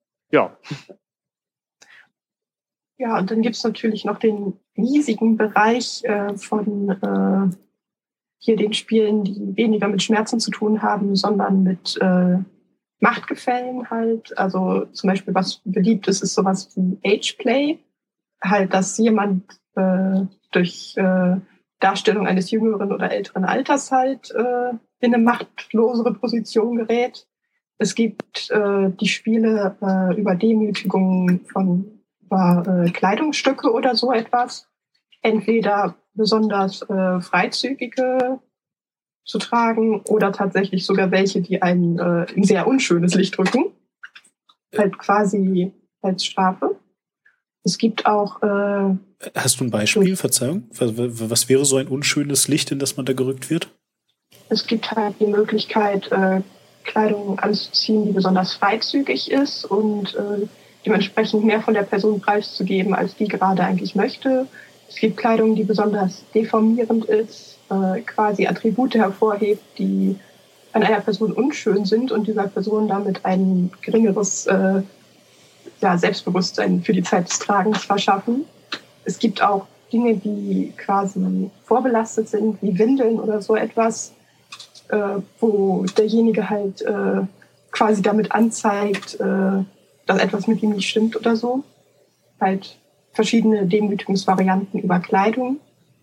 Ja, und dann gibt's natürlich noch den riesigen Bereich von hier den Spielen, die weniger mit Schmerzen zu tun haben, sondern mit Machtgefällen halt. Also zum Beispiel, was beliebt ist sowas wie Ageplay. Halt, dass jemand durch Darstellung eines jüngeren oder älteren Alters halt in eine machtlosere Position gerät. Es gibt die Spiele über Demütigungen über Kleidungsstücke oder so etwas. Entweder besonders freizügige zu tragen oder tatsächlich sogar welche, die einen in sehr unschönes Licht rücken. Halt quasi als Strafe. Es gibt auch hast du ein Beispiel? Verzeihung? Was wäre so ein unschönes Licht, in das man da gerückt wird? Es gibt halt die Möglichkeit, Kleidung anzuziehen, die besonders freizügig ist und dementsprechend mehr von der Person preiszugeben, als die gerade eigentlich möchte. Es gibt Kleidung, die besonders deformierend ist, quasi Attribute hervorhebt, die an einer Person unschön sind und dieser Person damit ein geringeres Selbstbewusstsein für die Zeit des Tragens verschaffen. Es gibt auch Dinge, die quasi vorbelastet sind, wie Windeln oder so etwas, wo derjenige halt quasi damit anzeigt, dass etwas mit ihm nicht stimmt oder so. Halt verschiedene Demütigungsvarianten über Kleidung.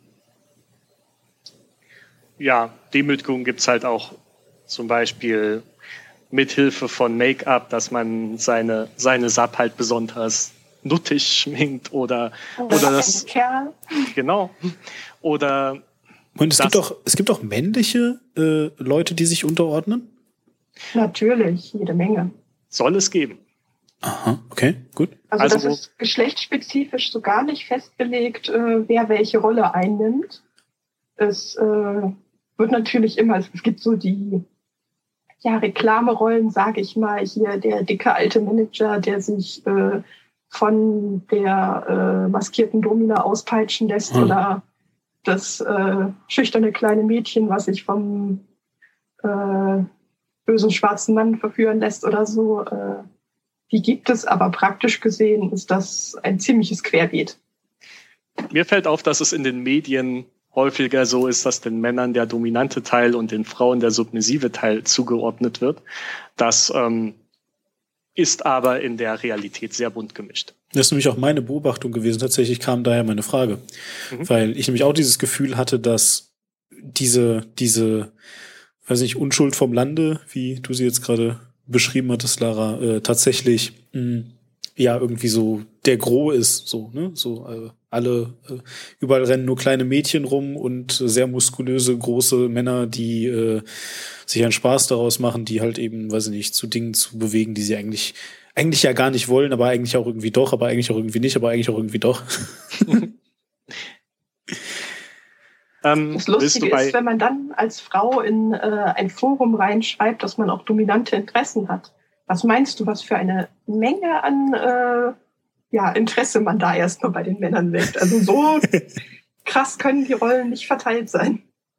Ja, Demütigung gibt's halt auch zum Beispiel mithilfe von Make-up, dass man seine Sap halt besonders nuttig schminkt oder das Kerl. Genau. Oder und es gibt auch männliche Leute, die sich unterordnen? Natürlich, jede Menge. Soll es geben. Aha, okay, gut. Also das ist geschlechtsspezifisch so gar nicht festgelegt, wer welche Rolle einnimmt. Es wird natürlich immer, es gibt so die Reklamerollen, sage ich mal, hier der dicke alte Manager, der sich von der maskierten Domina auspeitschen lässt oder das schüchterne kleine Mädchen, was sich vom bösen schwarzen Mann verführen lässt oder so. Die gibt es, aber praktisch gesehen ist das ein ziemliches Querbeet. Mir fällt auf, dass es in den Medien häufiger so ist, dass den Männern der dominante Teil und den Frauen der submissive Teil zugeordnet wird. Das ist aber in der Realität sehr bunt gemischt. Das ist nämlich auch meine Beobachtung gewesen. Tatsächlich kam daher meine Frage. Weil ich nämlich auch dieses Gefühl hatte, dass diese weiß nicht, Unschuld vom Lande, wie du sie jetzt gerade beschrieben hattest, Lara, tatsächlich ja irgendwie so der Gros ist, so, ne? So alle, überall rennen nur kleine Mädchen rum und sehr muskulöse, große Männer, die sich einen Spaß daraus machen, die halt eben, weiß ich nicht, zu Dingen zu bewegen, die sie eigentlich ja gar nicht wollen, aber eigentlich auch irgendwie doch, aber eigentlich auch irgendwie nicht, aber eigentlich auch irgendwie doch. Das Lustige ist, wenn man dann als Frau in ein Forum reinschreibt, dass man auch dominante Interessen hat. Was meinst du, was für eine Menge an Interesse man da erstmal bei den Männern weckt? Also so krass können die Rollen nicht verteilt sein.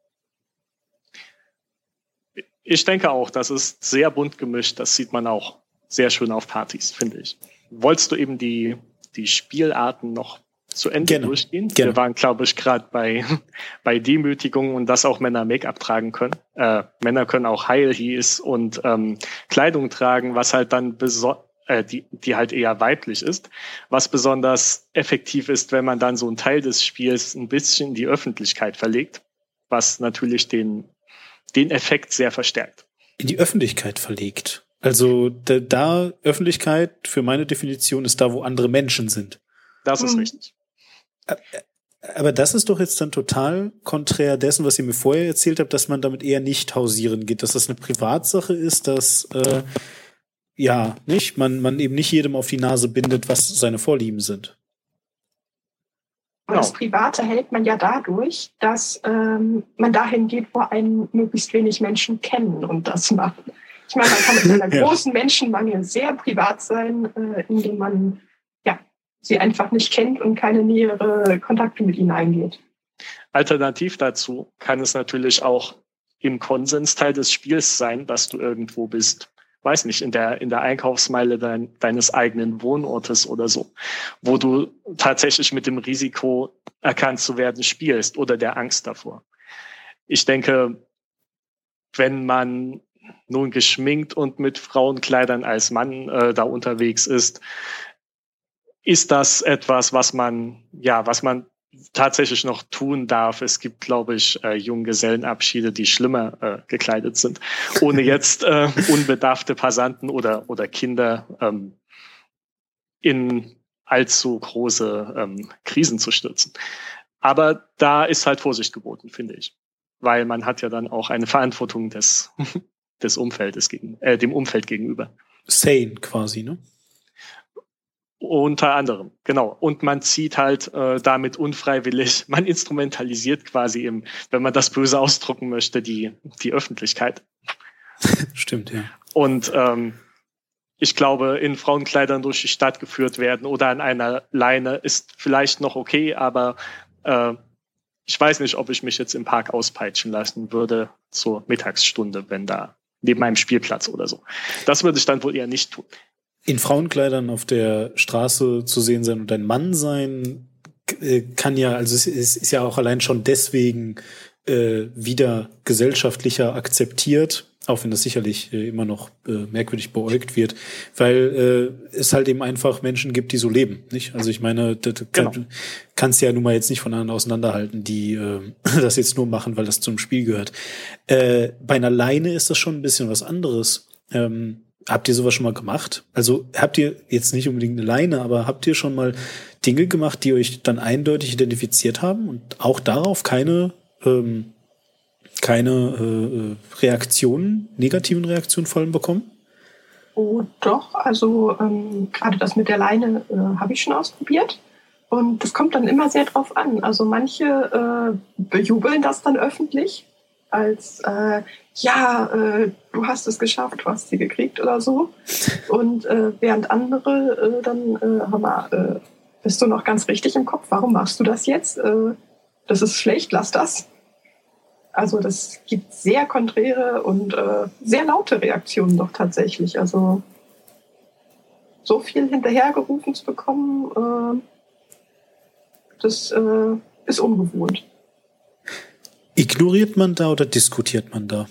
Ich denke auch, das ist sehr bunt gemischt. Das sieht man auch sehr schön auf Partys, finde ich. Wolltest du eben die Spielarten noch zu Ende durchgehen? Gerne. Wir waren, glaube ich, gerade bei Demütigung und dass auch Männer Make-up tragen können. Männer können auch High Heels und Kleidung tragen, was halt dann die halt eher weiblich ist, was besonders effektiv ist, wenn man dann so einen Teil des Spiels ein bisschen in die Öffentlichkeit verlegt, was natürlich den Effekt sehr verstärkt. In die Öffentlichkeit verlegt. Also da Öffentlichkeit für meine Definition ist da, wo andere Menschen sind. Das ist richtig. Aber das ist doch jetzt dann total konträr dessen, was ihr mir vorher erzählt habt, dass man damit eher nicht hausieren geht, dass das eine Privatsache ist, dass man eben nicht jedem auf die Nase bindet, was seine Vorlieben sind. Aber das Private hält man ja dadurch, dass man dahin geht, wo einen möglichst wenig Menschen kennen und das machen. Ich meine, man kann mit einer großen Menschenmenge sehr privat sein, indem man sie einfach nicht kennt und keine nähere Kontakte mit ihnen eingeht. Alternativ dazu kann es natürlich auch im Konsensteil des Spiels sein, dass du irgendwo bist, weiß nicht, in der Einkaufsmeile deines eigenen Wohnortes oder so, wo du tatsächlich mit dem Risiko, erkannt zu werden, spielst oder der Angst davor. Ich denke, wenn man nun geschminkt und mit Frauenkleidern als Mann da unterwegs ist das etwas, was man tatsächlich noch tun darf. Es gibt, glaube ich, Junggesellenabschiede, die schlimmer gekleidet sind, ohne jetzt unbedarfte Passanten oder Kinder in allzu große Krisen zu stürzen. Aber da ist halt Vorsicht geboten, finde ich. Weil man hat ja dann auch eine Verantwortung des Umfeldes dem Umfeld gegenüber. Sane quasi, ne? Unter anderem, genau. Und man zieht halt damit unfreiwillig, man instrumentalisiert quasi wenn man das böse ausdrucken möchte, die Öffentlichkeit. Stimmt, ja. Und ich glaube, in Frauenkleidern durch die Stadt geführt werden oder an einer Leine ist vielleicht noch okay, aber ich weiß nicht, ob ich mich jetzt im Park auspeitschen lassen würde zur Mittagsstunde, wenn da neben einem Spielplatz oder so. Das würde ich dann wohl eher nicht tun. In Frauenkleidern auf der Straße zu sehen sein und ein Mann sein, kann ja, also es ist ja auch allein schon deswegen wieder gesellschaftlicher akzeptiert, auch wenn das sicherlich immer noch merkwürdig beäugt wird, weil es halt eben einfach Menschen gibt, die so leben, nicht? Also ich meine, kannst ja nun mal jetzt nicht von anderen auseinanderhalten, die das jetzt nur machen, weil das zum Spiel gehört. Bei einer Leine ist das schon ein bisschen was anderes. Habt ihr sowas schon mal gemacht? Also habt ihr jetzt nicht unbedingt eine Leine, aber habt ihr schon mal Dinge gemacht, die euch dann eindeutig identifiziert haben und auch darauf keine negativen Reaktionen vor allem bekommen? Oh doch, also gerade das mit der Leine habe ich schon ausprobiert und das kommt dann immer sehr drauf an. Also manche bejubeln das dann öffentlich als du hast es geschafft, du hast sie gekriegt oder so. Und während andere dann, bist du noch ganz richtig im Kopf, warum machst du das jetzt? Das ist schlecht, lass das. Also das gibt sehr konträre und sehr laute Reaktionen doch tatsächlich. Also so viel hinterhergerufen zu bekommen, das ist ungewohnt. Ignoriert man da oder diskutiert man da?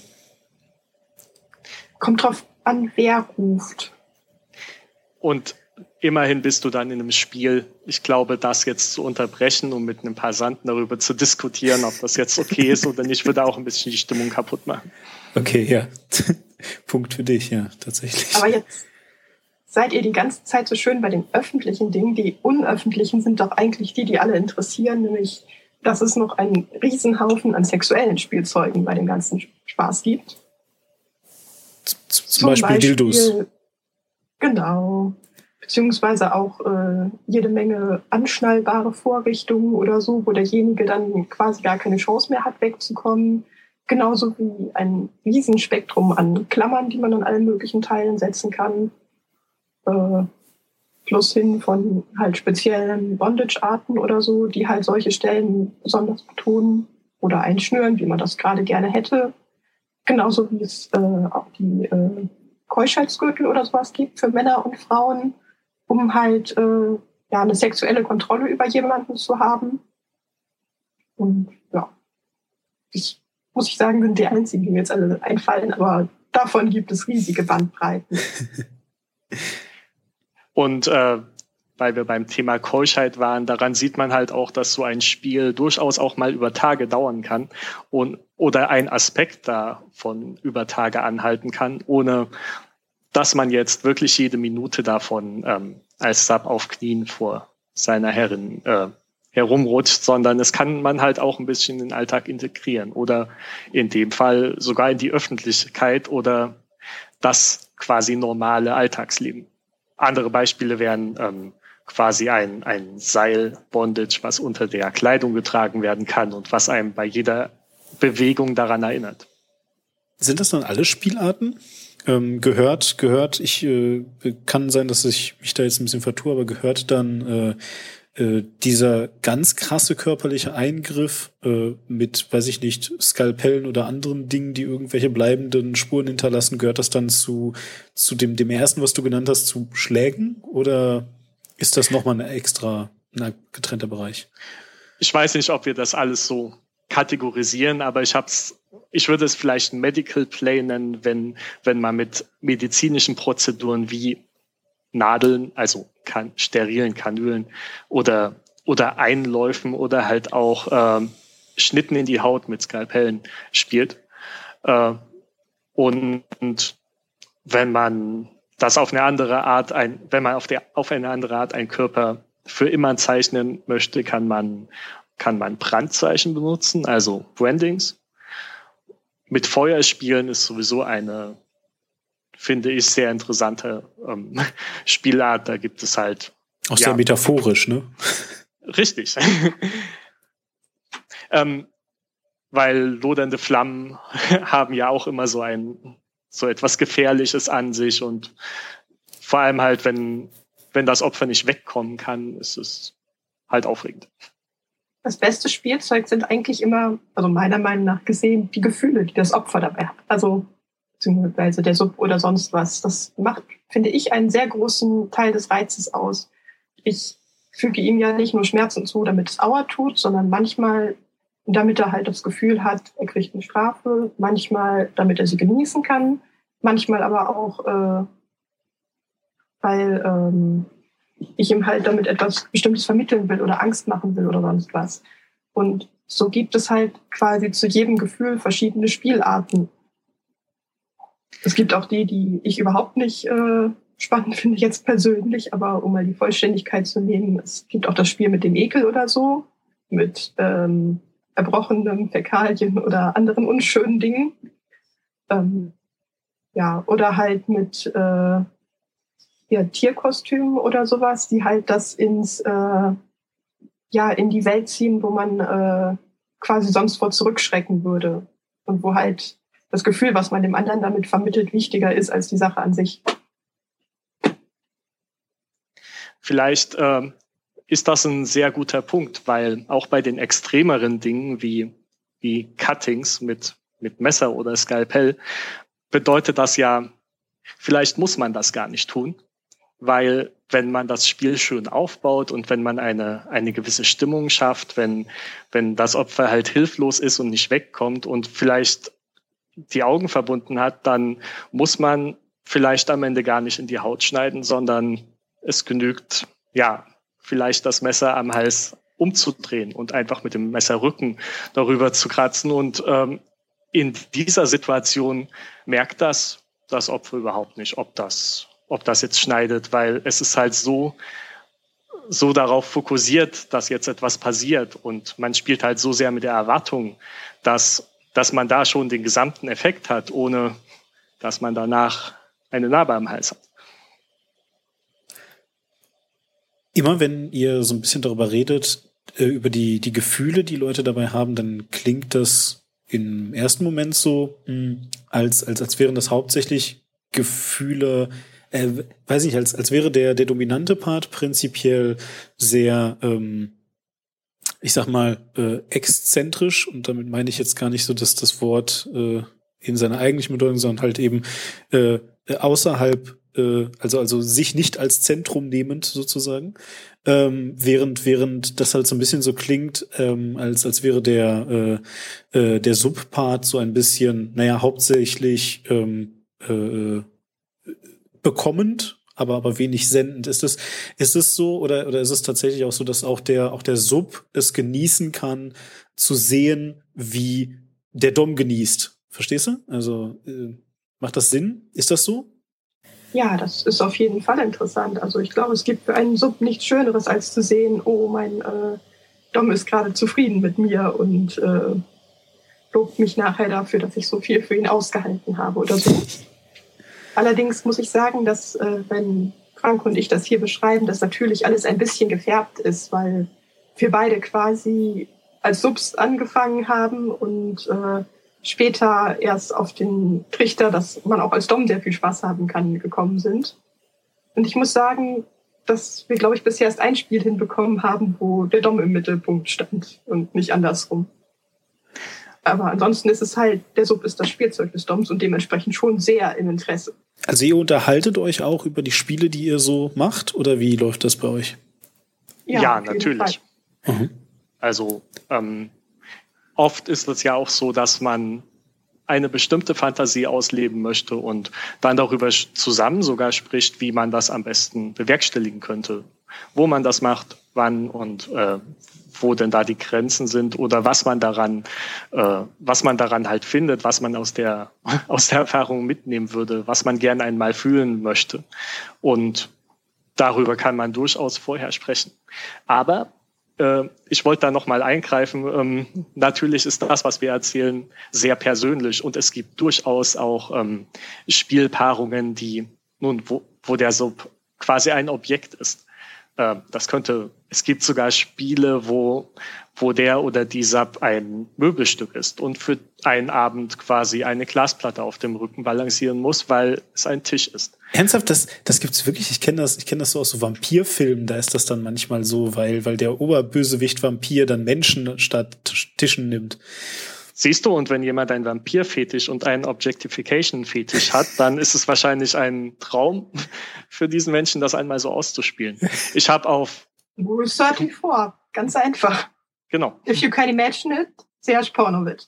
Kommt drauf an, wer ruft. Und immerhin bist du dann in einem Spiel. Ich glaube, das jetzt zu unterbrechen und mit einem Passanten darüber zu diskutieren, ob das jetzt okay ist oder nicht, würde auch ein bisschen die Stimmung kaputt machen. Okay, ja. Punkt für dich, ja, tatsächlich. Aber jetzt seid ihr die ganze Zeit so schön bei den öffentlichen Dingen. Die unöffentlichen sind doch eigentlich die alle interessieren, nämlich, dass es noch einen Riesenhaufen an sexuellen Spielzeugen bei dem ganzen Spaß gibt. Zum Beispiel Dildos. Genau. Beziehungsweise auch jede Menge anschnallbare Vorrichtungen oder so, wo derjenige dann quasi gar keine Chance mehr hat, wegzukommen. Genauso wie ein Riesenspektrum an Klammern, die man an allen möglichen Teilen setzen kann. Plus hin von halt speziellen Bondage-Arten oder so, die halt solche Stellen besonders betonen oder einschnüren, wie man das gerade gerne hätte. Genauso wie es auch die Keuschheitsgürtel oder sowas gibt für Männer und Frauen, um halt eine sexuelle Kontrolle über jemanden zu haben. Und ja, das muss ich sagen, sind die einzigen, die mir jetzt alle einfallen, aber davon gibt es riesige Bandbreiten. Und weil wir beim Thema Keuschheit waren, daran sieht man halt auch, dass so ein Spiel durchaus auch mal über Tage dauern kann oder ein Aspekt davon über Tage anhalten kann, ohne dass man jetzt wirklich jede Minute davon als Sub auf Knien vor seiner Herrin herumrutscht, sondern es kann man halt auch ein bisschen in den Alltag integrieren oder in dem Fall sogar in die Öffentlichkeit oder das quasi normale Alltagsleben. Andere Beispiele wären quasi ein Seil-Bondage, was unter der Kleidung getragen werden kann und was einem bei jeder Bewegung daran erinnert. Sind das dann alle Spielarten? Gehört, kann sein, dass ich mich da jetzt ein bisschen vertue, aber gehört dann dieser ganz krasse körperliche Eingriff mit, weiß ich nicht, Skalpellen oder anderen Dingen, die irgendwelche bleibenden Spuren hinterlassen, gehört das dann zu dem ersten, was du genannt hast, zu Schlägen? Oder ist das nochmal ein getrennter Bereich? Ich weiß nicht, ob wir das alles so kategorisieren, aber ich würde es vielleicht ein Medical Play nennen, wenn man mit medizinischen Prozeduren wie Nadeln, also sterilen Kanülen oder Einläufen oder halt auch Schnitten in die Haut mit Skalpellen spielt. Und wenn man das auf eine andere Art auf eine andere Art einen Körper für immer zeichnen möchte, kann man Brandzeichen benutzen, also Brandings. Mit Feuer spielen ist sowieso eine, finde ich, sehr interessante Spielart. Da gibt es halt auch sehr metaphorisch, ne? Richtig. Weil lodernde Flammen haben ja auch immer so etwas Gefährliches an sich und vor allem halt, wenn das Opfer nicht wegkommen kann, ist es halt aufregend. Das beste Spielzeug sind eigentlich immer, also meiner Meinung nach gesehen, die Gefühle, die das Opfer dabei hat. Also beziehungsweise der Sub oder sonst was. Das macht, finde ich, einen sehr großen Teil des Reizes aus. Ich füge ihm ja nicht nur Schmerzen zu, damit es Aua tut, sondern manchmal, damit er halt das Gefühl hat, er kriegt eine Strafe, manchmal, damit er sie genießen kann, manchmal aber auch, weil ich ihm halt damit etwas Bestimmtes vermitteln will oder Angst machen will oder sonst was. Und so gibt es halt quasi zu jedem Gefühl verschiedene Spielarten. Es gibt auch die ich überhaupt nicht spannend finde jetzt persönlich, aber um mal die Vollständigkeit zu nehmen, es gibt auch das Spiel mit dem Ekel oder so, mit erbrochenen Fäkalien oder anderen unschönen Dingen. Oder halt mit Tierkostümen oder sowas, die halt das in die Welt ziehen, wo man quasi sonst vor zurückschrecken würde. Und wo halt das Gefühl, was man dem anderen damit vermittelt, wichtiger ist als die Sache an sich. Vielleicht ist das ein sehr guter Punkt, weil auch bei den extremeren Dingen wie Cuttings mit Messer oder Skalpell bedeutet das ja, vielleicht muss man das gar nicht tun, weil wenn man das Spiel schön aufbaut und wenn man eine gewisse Stimmung schafft, wenn das Opfer halt hilflos ist und nicht wegkommt und vielleicht die Augen verbunden hat, dann muss man vielleicht am Ende gar nicht in die Haut schneiden, sondern es genügt, vielleicht das Messer am Hals umzudrehen und einfach mit dem Messerrücken darüber zu kratzen. Und in dieser Situation merkt das Opfer überhaupt nicht, ob das jetzt schneidet, weil es ist halt so darauf fokussiert, dass jetzt etwas passiert und man spielt halt so sehr mit der Erwartung, dass man da schon den gesamten Effekt hat, ohne dass man danach eine Narbe am Hals hat. Immer wenn ihr so ein bisschen darüber redet, über die Gefühle, die Leute dabei haben, dann klingt das im ersten Moment so, als wären das hauptsächlich Gefühle, weiß nicht, als wäre der dominante Part prinzipiell sehr, ich sag mal, exzentrisch, und damit meine ich jetzt gar nicht so, dass das Wort in seiner eigentlichen Bedeutung, sondern halt eben außerhalb, also sich nicht als Zentrum nehmend sozusagen, während das halt so ein bisschen so klingt, als wäre der Subpart so ein bisschen, hauptsächlich bekommend, aber wenig sendend. Ist es so, oder ist es tatsächlich auch so, dass auch der Sub es genießen kann, zu sehen, wie der Dom genießt? Verstehst du? Also macht das Sinn? Ist das so? Ja, das ist auf jeden Fall interessant. Also ich glaube, es gibt für einen Sub nichts Schöneres, als zu sehen, oh, mein Dom ist gerade zufrieden mit mir und lobt mich nachher dafür, dass ich so viel für ihn ausgehalten habe oder so. Allerdings muss ich sagen, dass wenn Frank und ich das hier beschreiben, dass natürlich alles ein bisschen gefärbt ist, weil wir beide quasi als Subs angefangen haben und später erst auf den Trichter, dass man auch als Dom sehr viel Spaß haben kann, gekommen sind. Und ich muss sagen, dass wir, glaube ich, bisher erst ein Spiel hinbekommen haben, wo der Dom im Mittelpunkt stand und nicht andersrum. Aber ansonsten ist es halt, der Sub ist das Spielzeug des Doms und dementsprechend schon sehr im Interesse. Also ihr unterhaltet euch auch über die Spiele, die ihr so macht, oder wie läuft das bei euch? Ja, natürlich. Also oft ist es ja auch so, dass man eine bestimmte Fantasie ausleben möchte und dann darüber zusammen sogar spricht, wie man das am besten bewerkstelligen könnte. Wo man das macht, wann und wo denn da die Grenzen sind oder was man daran halt findet, was man aus der Erfahrung mitnehmen würde, was man gern einmal fühlen möchte. Und darüber kann man durchaus vorher sprechen. Aber ich wollte da noch mal eingreifen. Natürlich ist das, was wir erzählen, sehr persönlich und es gibt durchaus auch Spielpaarungen, die wo der Sub quasi ein Objekt ist. Es gibt sogar Spiele, wo der oder die Sub ein Möbelstück ist und für einen Abend quasi eine Glasplatte auf dem Rücken balancieren muss, weil es ein Tisch ist. Ernsthaft, das gibt's wirklich? Ich kenne das so aus so Vampirfilmen, da ist das dann manchmal so, weil der Oberbösewicht Vampir dann Menschen statt Tischen nimmt. Siehst du, und wenn jemand einen Vampir-Fetisch und einen Objectification-Fetisch hat, dann ist es wahrscheinlich ein Traum für diesen Menschen, das einmal so auszuspielen. Ich habe auf Rule 34, ganz einfach. Genau. If you can imagine it, Serge Pornovic.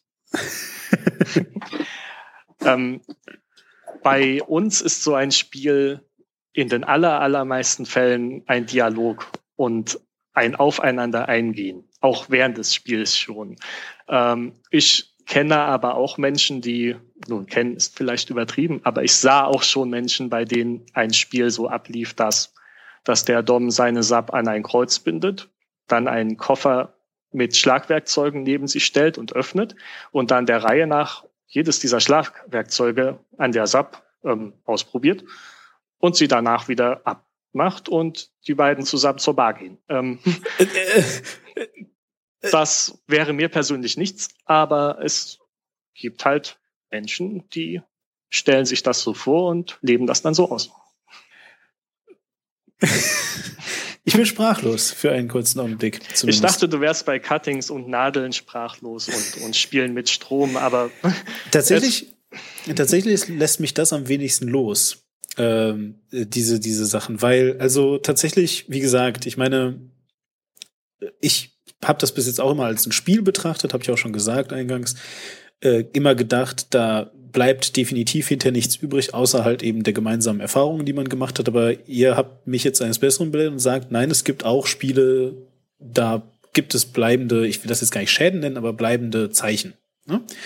Bei uns ist so ein Spiel in den allermeisten Fällen ein Dialog und ein Aufeinander eingehen, auch während des Spiels schon. Ich kenne aber auch Menschen, kennen ist vielleicht übertrieben, aber ich sah auch schon Menschen, bei denen ein Spiel so ablief, dass der Dom seine Sub an ein Kreuz bindet, dann einen Koffer mit Schlagwerkzeugen neben sich stellt und öffnet und dann der Reihe nach jedes dieser Schlagwerkzeuge an der Sub ausprobiert und sie danach wieder abmacht und die beiden zusammen zur Bar gehen. Das wäre mir persönlich nichts, aber es gibt halt Menschen, die stellen sich das so vor und leben das dann so aus. Ich bin sprachlos für einen kurzen Augenblick. Zumindest. Ich dachte, du wärst bei Cuttings und Nadeln sprachlos und Spielen mit Strom, aber tatsächlich lässt mich das am wenigsten los, diese Sachen, weil also tatsächlich, wie gesagt, ich meine, ich habe das bis jetzt auch immer als ein Spiel betrachtet, habe ich auch schon gesagt eingangs, immer gedacht, da bleibt definitiv hinterher nichts übrig, außer halt eben der gemeinsamen Erfahrungen, die man gemacht hat. Aber ihr habt mich jetzt eines Besseren belehrt und sagt, nein, es gibt auch Spiele, da gibt es bleibende, ich will das jetzt gar nicht Schäden nennen, aber bleibende Zeichen. Ne?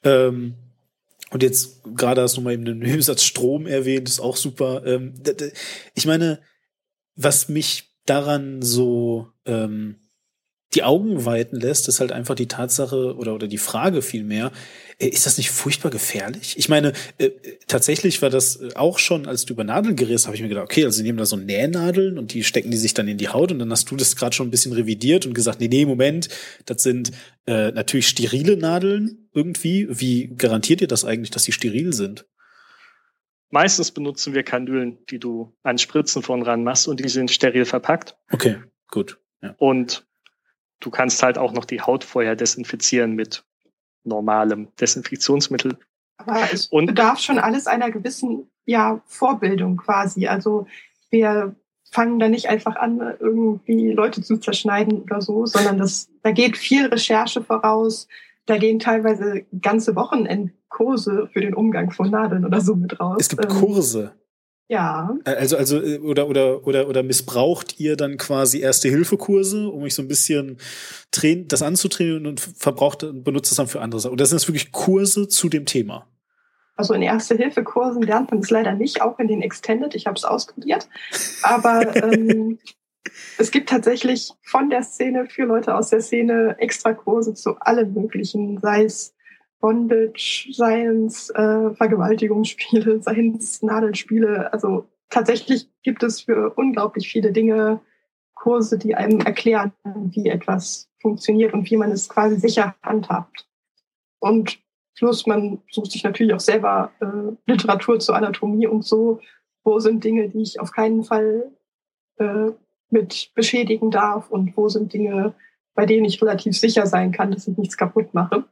Und jetzt gerade hast du mal eben den Nebensatz Strom erwähnt, ist auch super. Ich meine, was mich daran so die Augen weiten lässt, ist halt einfach die Tatsache oder die Frage vielmehr, ist das nicht furchtbar gefährlich? Ich meine, tatsächlich war das auch schon, als du über Nadeln geredet hast, habe ich mir gedacht, okay, also sie nehmen da so Nähnadeln und die stecken die sich dann in die Haut und dann hast du das gerade schon ein bisschen revidiert und gesagt, nee, Moment, das sind natürlich sterile Nadeln irgendwie. Wie garantiert ihr das eigentlich, dass sie steril sind? Meistens benutzen wir Kanülen, die du an Spritzen von ran machst und die sind steril verpackt. Okay, gut. Ja. Und du kannst halt auch noch die Haut vorher desinfizieren mit normalem Desinfektionsmittel. Aber es bedarf schon alles einer gewissen Vorbildung quasi. Also wir fangen da nicht einfach an, irgendwie Leute zu zerschneiden oder so, sondern da geht viel Recherche voraus. Da gehen teilweise ganze Wochenendkurse für den Umgang von Nadeln oder so mit raus. Es gibt Kurse. Ja. Also oder missbraucht ihr dann quasi Erste-Hilfe-Kurse, um euch so ein bisschen das anzutrainieren und benutzt es dann für andere Sachen? Oder sind das wirklich Kurse zu dem Thema? Also in Erste-Hilfe-Kursen lernt man es leider nicht, auch in den Extended. Ich habe es ausprobiert. Aber es gibt tatsächlich von der Szene, für Leute aus der Szene, extra Kurse zu allem Möglichen, sei es Bondage, seien es Vergewaltigungsspiele, seien es Nadelspiele. Also tatsächlich gibt es für unglaublich viele Dinge Kurse, die einem erklären, wie etwas funktioniert und wie man es quasi sicher handhabt. Und plus man sucht sich natürlich auch selber Literatur zur Anatomie und so. Wo sind Dinge, die ich auf keinen Fall mit beschädigen darf und wo sind Dinge, bei denen ich relativ sicher sein kann, dass ich nichts kaputt mache.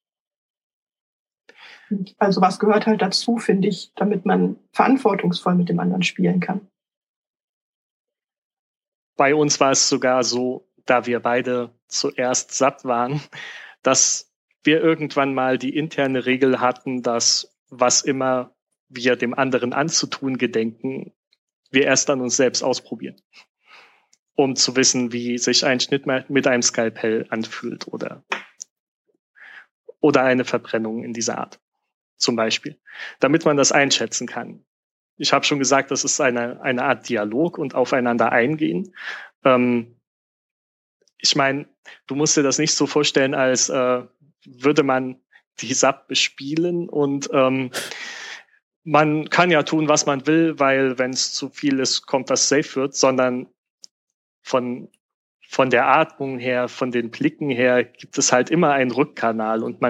Also was gehört halt dazu, finde ich, damit man verantwortungsvoll mit dem anderen spielen kann. Bei uns war es sogar so, da wir beide zuerst satt waren, dass wir irgendwann mal die interne Regel hatten, dass was immer wir dem anderen anzutun gedenken, wir erst an uns selbst ausprobieren, um zu wissen, wie sich ein Schnitt mit einem Skalpell anfühlt oder eine Verbrennung in dieser Art. Zum Beispiel, damit man das einschätzen kann. Ich habe schon gesagt, das ist eine Art Dialog und aufeinander eingehen. Ich meine, du musst dir das nicht so vorstellen, als würde man die SAP bespielen und man kann ja tun, was man will, weil wenn es zu viel ist, kommt das safe wird, sondern von der Atmung her, von den Blicken her gibt es halt immer einen Rückkanal und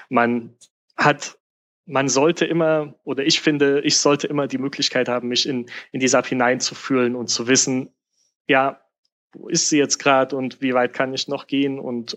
man sollte immer, oder ich finde, ich sollte immer die Möglichkeit haben, mich in die SAP hineinzufühlen und zu wissen, ja, wo ist sie jetzt gerade und wie weit kann ich noch gehen und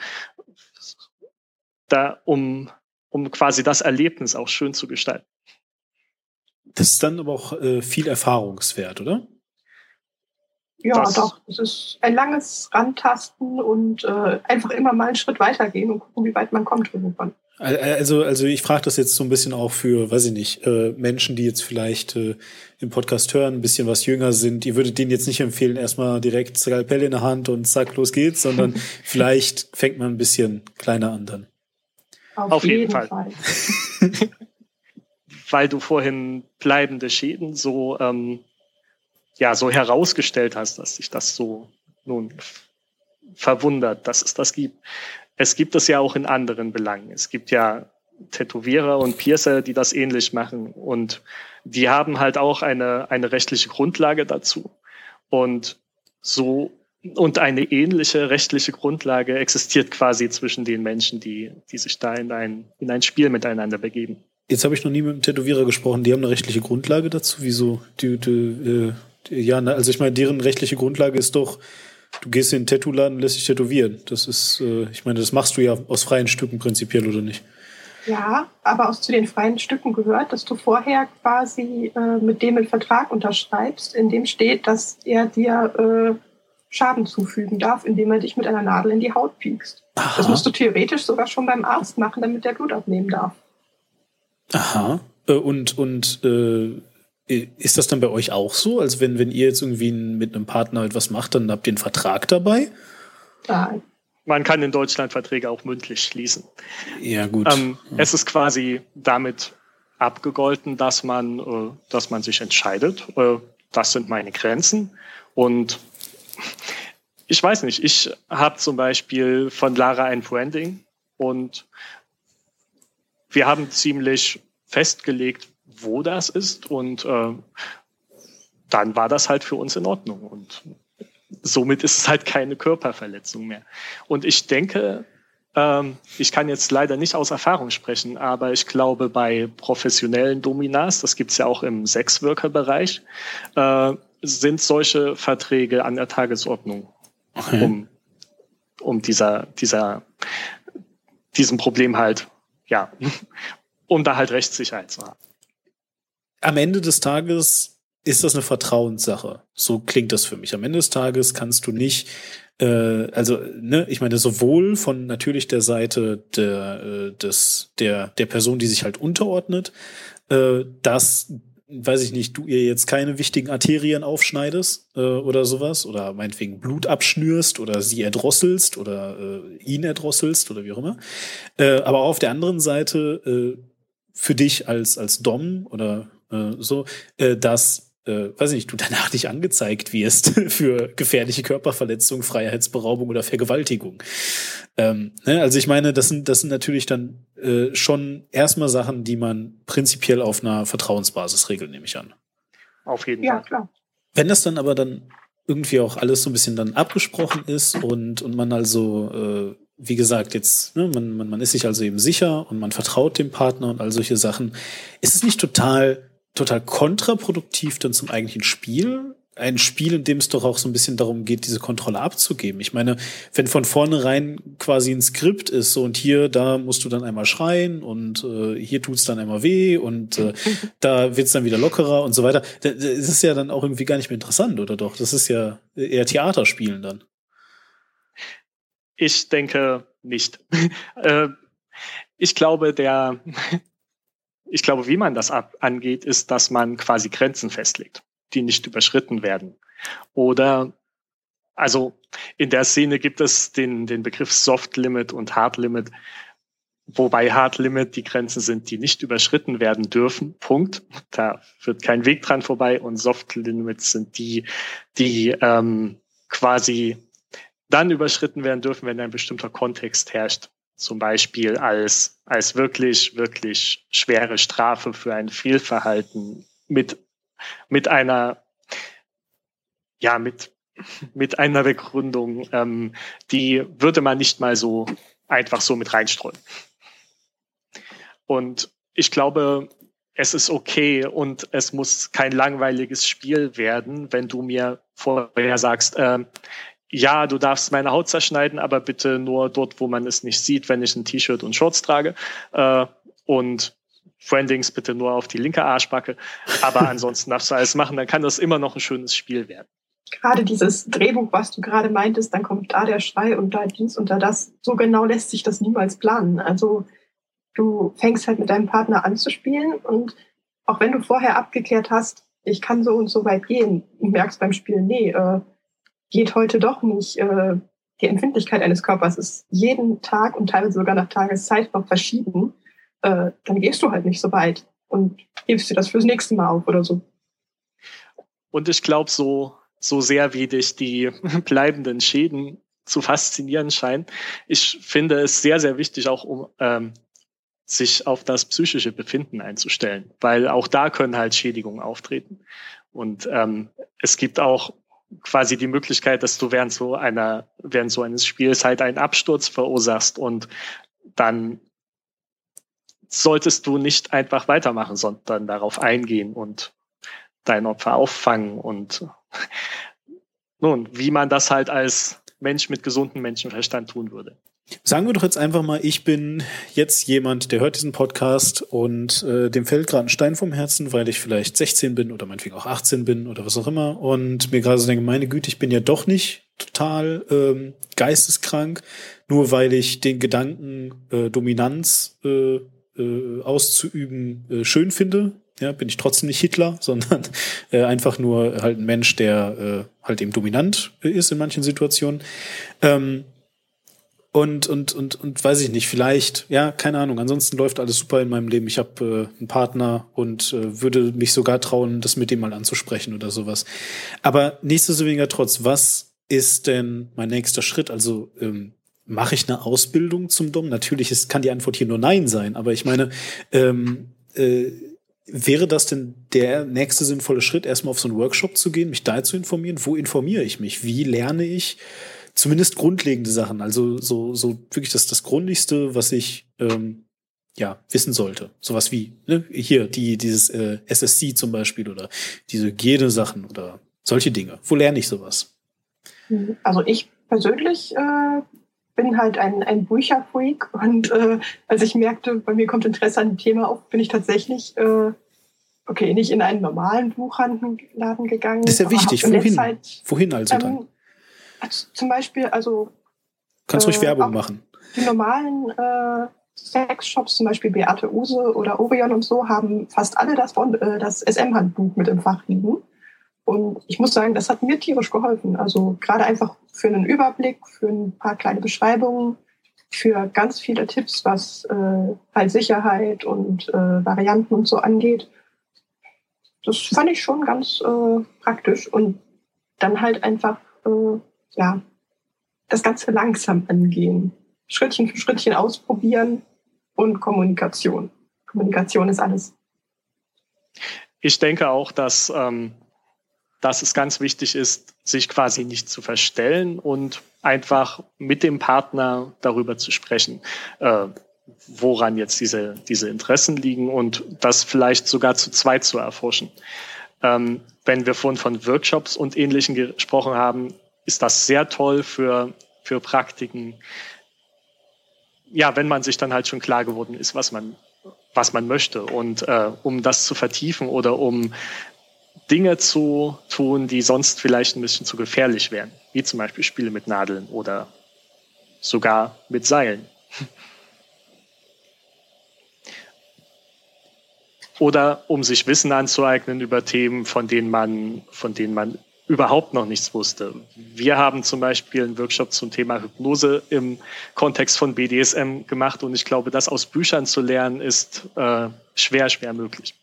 um quasi das Erlebnis auch schön zu gestalten. Das ist dann aber auch viel Erfahrungswert, oder? Ja, doch. Es ist ein langes Rantasten und einfach immer mal einen Schritt weitergehen und gucken, wie weit man kommt irgendwann. Also ich frage das jetzt so ein bisschen auch für, weiß ich nicht, Menschen, die jetzt vielleicht im Podcast hören, ein bisschen was jünger sind. Ihr würdet denen jetzt nicht empfehlen, erstmal direkt Skalpell in der Hand und zack, los geht's, sondern vielleicht fängt man ein bisschen kleiner an dann. Auf jeden Fall. Weil du vorhin bleibende Schäden so herausgestellt hast, dass sich das so nun verwundert, dass es das gibt. Es gibt es ja auch in anderen Belangen. Es gibt ja Tätowierer und Piercer, die das ähnlich machen. Und die haben halt auch eine rechtliche Grundlage dazu. Und eine ähnliche rechtliche Grundlage existiert quasi zwischen den Menschen, die sich da in ein Spiel miteinander begeben. Jetzt habe ich noch nie mit einem Tätowierer gesprochen. Die haben eine rechtliche Grundlage dazu. Wieso? Also ich meine, deren rechtliche Grundlage ist doch, du gehst in den Tattoo-Laden und lässt dich tätowieren. Das ist, ich meine, das machst du ja aus freien Stücken prinzipiell, oder nicht? Ja, aber auch zu den freien Stücken gehört, dass du vorher quasi mit dem einen Vertrag unterschreibst, in dem steht, dass er dir Schaden zufügen darf, indem er dich mit einer Nadel in die Haut piekst. Aha. Das musst du theoretisch sogar schon beim Arzt machen, damit der Blut abnehmen darf. Aha. Und ist das dann bei euch auch so? Also wenn ihr jetzt irgendwie mit einem Partner etwas macht, dann habt ihr einen Vertrag dabei? Nein. man kann in Deutschland Verträge auch mündlich schließen. Ja, gut. Es ist quasi damit abgegolten, dass man sich entscheidet, das sind meine Grenzen. Und ich weiß nicht, ich habe zum Beispiel von Lara ein Branding und wir haben ziemlich festgelegt, wo das ist und dann war das halt für uns in Ordnung und somit ist es halt keine Körperverletzung mehr. Und ich denke, ich kann jetzt leider nicht aus Erfahrung sprechen, aber ich glaube, bei professionellen Dominars, das gibt's ja auch im Sexworker-Bereich, sind solche Verträge an der Tagesordnung, um diesem Problem halt, ja, um da halt Rechtssicherheit zu haben. Am Ende des Tages ist das eine Vertrauenssache. So klingt das für mich. Am Ende des Tages kannst du nicht, ich meine, sowohl von natürlich der Seite der Person, die sich halt unterordnet, dass, weiß ich nicht, du ihr jetzt keine wichtigen Arterien aufschneidest oder sowas oder meinetwegen Blut abschnürst oder sie erdrosselst oder ihn erdrosselst oder wie auch immer. Aber auch auf der anderen Seite für dich als Dom oder dass weiß ich nicht, du danach nicht angezeigt wirst für gefährliche Körperverletzung, Freiheitsberaubung oder Vergewaltigung. Also ich meine, das sind natürlich dann schon erstmal Sachen, die man prinzipiell auf einer Vertrauensbasis regelt, nehme ich an. Auf jeden Fall. Ja, klar. Wenn das dann aber dann irgendwie auch alles so ein bisschen dann abgesprochen ist und man also wie gesagt, jetzt, ne, man ist sich also eben sicher und man vertraut dem Partner und all solche Sachen, ist es nicht total kontraproduktiv dann zum eigentlichen Spiel? Ein Spiel, in dem es doch auch so ein bisschen darum geht, diese Kontrolle abzugeben. Ich meine, wenn von vornherein quasi ein Skript ist, so und da musst du dann einmal schreien und hier tut's dann einmal weh und da wird's dann wieder lockerer und so weiter. Das ist ja dann auch irgendwie gar nicht mehr interessant, oder doch? Das ist ja eher Theaterspielen dann. Ich denke nicht. Ich glaube, wie man das angeht, ist, dass man quasi Grenzen festlegt, die nicht überschritten werden. Oder, also in der Szene gibt es den Begriff Soft Limit und Hard Limit, wobei Hard Limit die Grenzen sind, die nicht überschritten werden dürfen. Punkt. Da führt kein Weg dran vorbei. Und Soft Limits sind die quasi dann überschritten werden dürfen, wenn ein bestimmter Kontext herrscht. Zum Beispiel als wirklich, wirklich schwere Strafe für ein Fehlverhalten mit einer Begründung, die würde man nicht mal so einfach so mit reinstreuen. Und ich glaube, es ist okay und es muss kein langweiliges Spiel werden, wenn du mir vorher sagst, ja, du darfst meine Haut zerschneiden, aber bitte nur dort, wo man es nicht sieht, wenn ich ein T-Shirt und Shorts trage. Und Friendings bitte nur auf die linke Arschbacke. Aber ansonsten darfst du alles machen, dann kann das immer noch ein schönes Spiel werden. Gerade dieses Drehbuch, was du gerade meintest, dann kommt da der Schrei und da dies und da das. So genau lässt sich das niemals planen. Also du fängst halt mit deinem Partner an zu spielen und auch wenn du vorher abgeklärt hast, ich kann so und so weit gehen, und merkst beim Spielen, nee, geht heute doch nicht. Die Empfindlichkeit eines Körpers ist jeden Tag und teilweise sogar nach Tageszeit noch verschieden. Dann gehst du halt nicht so weit und hebst dir das fürs nächste Mal auf oder so. Und ich glaube, so sehr wie dich die bleibenden Schäden zu faszinieren scheinen, ich finde es sehr, sehr wichtig, auch um sich auf das psychische Befinden einzustellen, weil auch da können halt Schädigungen auftreten. Und es gibt auch quasi die Möglichkeit, dass du während so eines Spiels halt einen Absturz verursachst und dann solltest du nicht einfach weitermachen, sondern darauf eingehen und dein Opfer auffangen und nun, wie man das halt als Mensch mit gesundem Menschenverstand tun würde. Sagen wir doch jetzt einfach mal, ich bin jetzt jemand, der hört diesen Podcast und dem fällt gerade ein Stein vom Herzen, weil ich vielleicht 16 bin oder meinetwegen auch 18 bin oder was auch immer und mir gerade so denke, meine Güte, ich bin ja doch nicht total geisteskrank, nur weil ich den Gedanken Dominanz auszuüben schön finde. Ja, bin ich trotzdem nicht Hitler, sondern einfach nur halt ein Mensch, der halt eben dominant ist in manchen Situationen. Und weiß ich nicht, vielleicht, ja, keine Ahnung. Ansonsten läuft alles super in meinem Leben. Ich habe einen Partner und würde mich sogar trauen, das mit dem mal anzusprechen oder sowas. Aber nichtsdestotrotz, was ist denn mein nächster Schritt? Also mache ich eine Ausbildung zum Dom? Natürlich kann die Antwort hier nur Nein sein, aber ich meine, wäre das denn der nächste sinnvolle Schritt, erstmal auf so einen Workshop zu gehen, mich da zu informieren? Wo informiere ich mich? Wie lerne ich zumindest grundlegende Sachen? Also so wirklich das Grundlegste, was ich wissen sollte. Sowas wie hier dieses SSC zum Beispiel oder diese Hygiene-Sachen oder solche Dinge. Wo lerne ich sowas? Also ich persönlich bin halt ein Bücherfreak und als ich merkte, bei mir kommt Interesse an dem Thema auf, bin ich tatsächlich nicht in einen normalen Buchladen gegangen. Das ist ja wichtig. Wohin also dann? Zum Beispiel, kannst ruhig Werbung machen. Die normalen Sexshops, zum Beispiel Beate Uhse oder Orion und so, haben fast alle das SM-Handbuch mit im Fach liegen. Und ich muss sagen, das hat mir tierisch geholfen. Also gerade einfach für einen Überblick, für ein paar kleine Beschreibungen, für ganz viele Tipps, was halt Sicherheit und Varianten und so angeht. Das fand ich schon ganz praktisch. Und dann halt einfach das Ganze langsam angehen. Schrittchen für Schrittchen ausprobieren und Kommunikation. Kommunikation ist alles. Ich denke auch, dass es ganz wichtig ist, sich quasi nicht zu verstellen und einfach mit dem Partner darüber zu sprechen, woran jetzt diese Interessen liegen und das vielleicht sogar zu zweit zu erforschen. Wenn wir vorhin von Workshops und Ähnlichem gesprochen haben, ist das sehr toll für Praktiken. Ja, wenn man sich dann halt schon klar geworden ist, was man möchte. Und um das zu vertiefen oder um Dinge zu tun, die sonst vielleicht ein bisschen zu gefährlich wären, wie zum Beispiel Spiele mit Nadeln oder sogar mit Seilen. Oder um sich Wissen anzueignen über Themen, von denen man überhaupt noch nichts wusste. Wir haben zum Beispiel einen Workshop zum Thema Hypnose im Kontext von BDSM gemacht und ich glaube, das aus Büchern zu lernen, ist schwer möglich.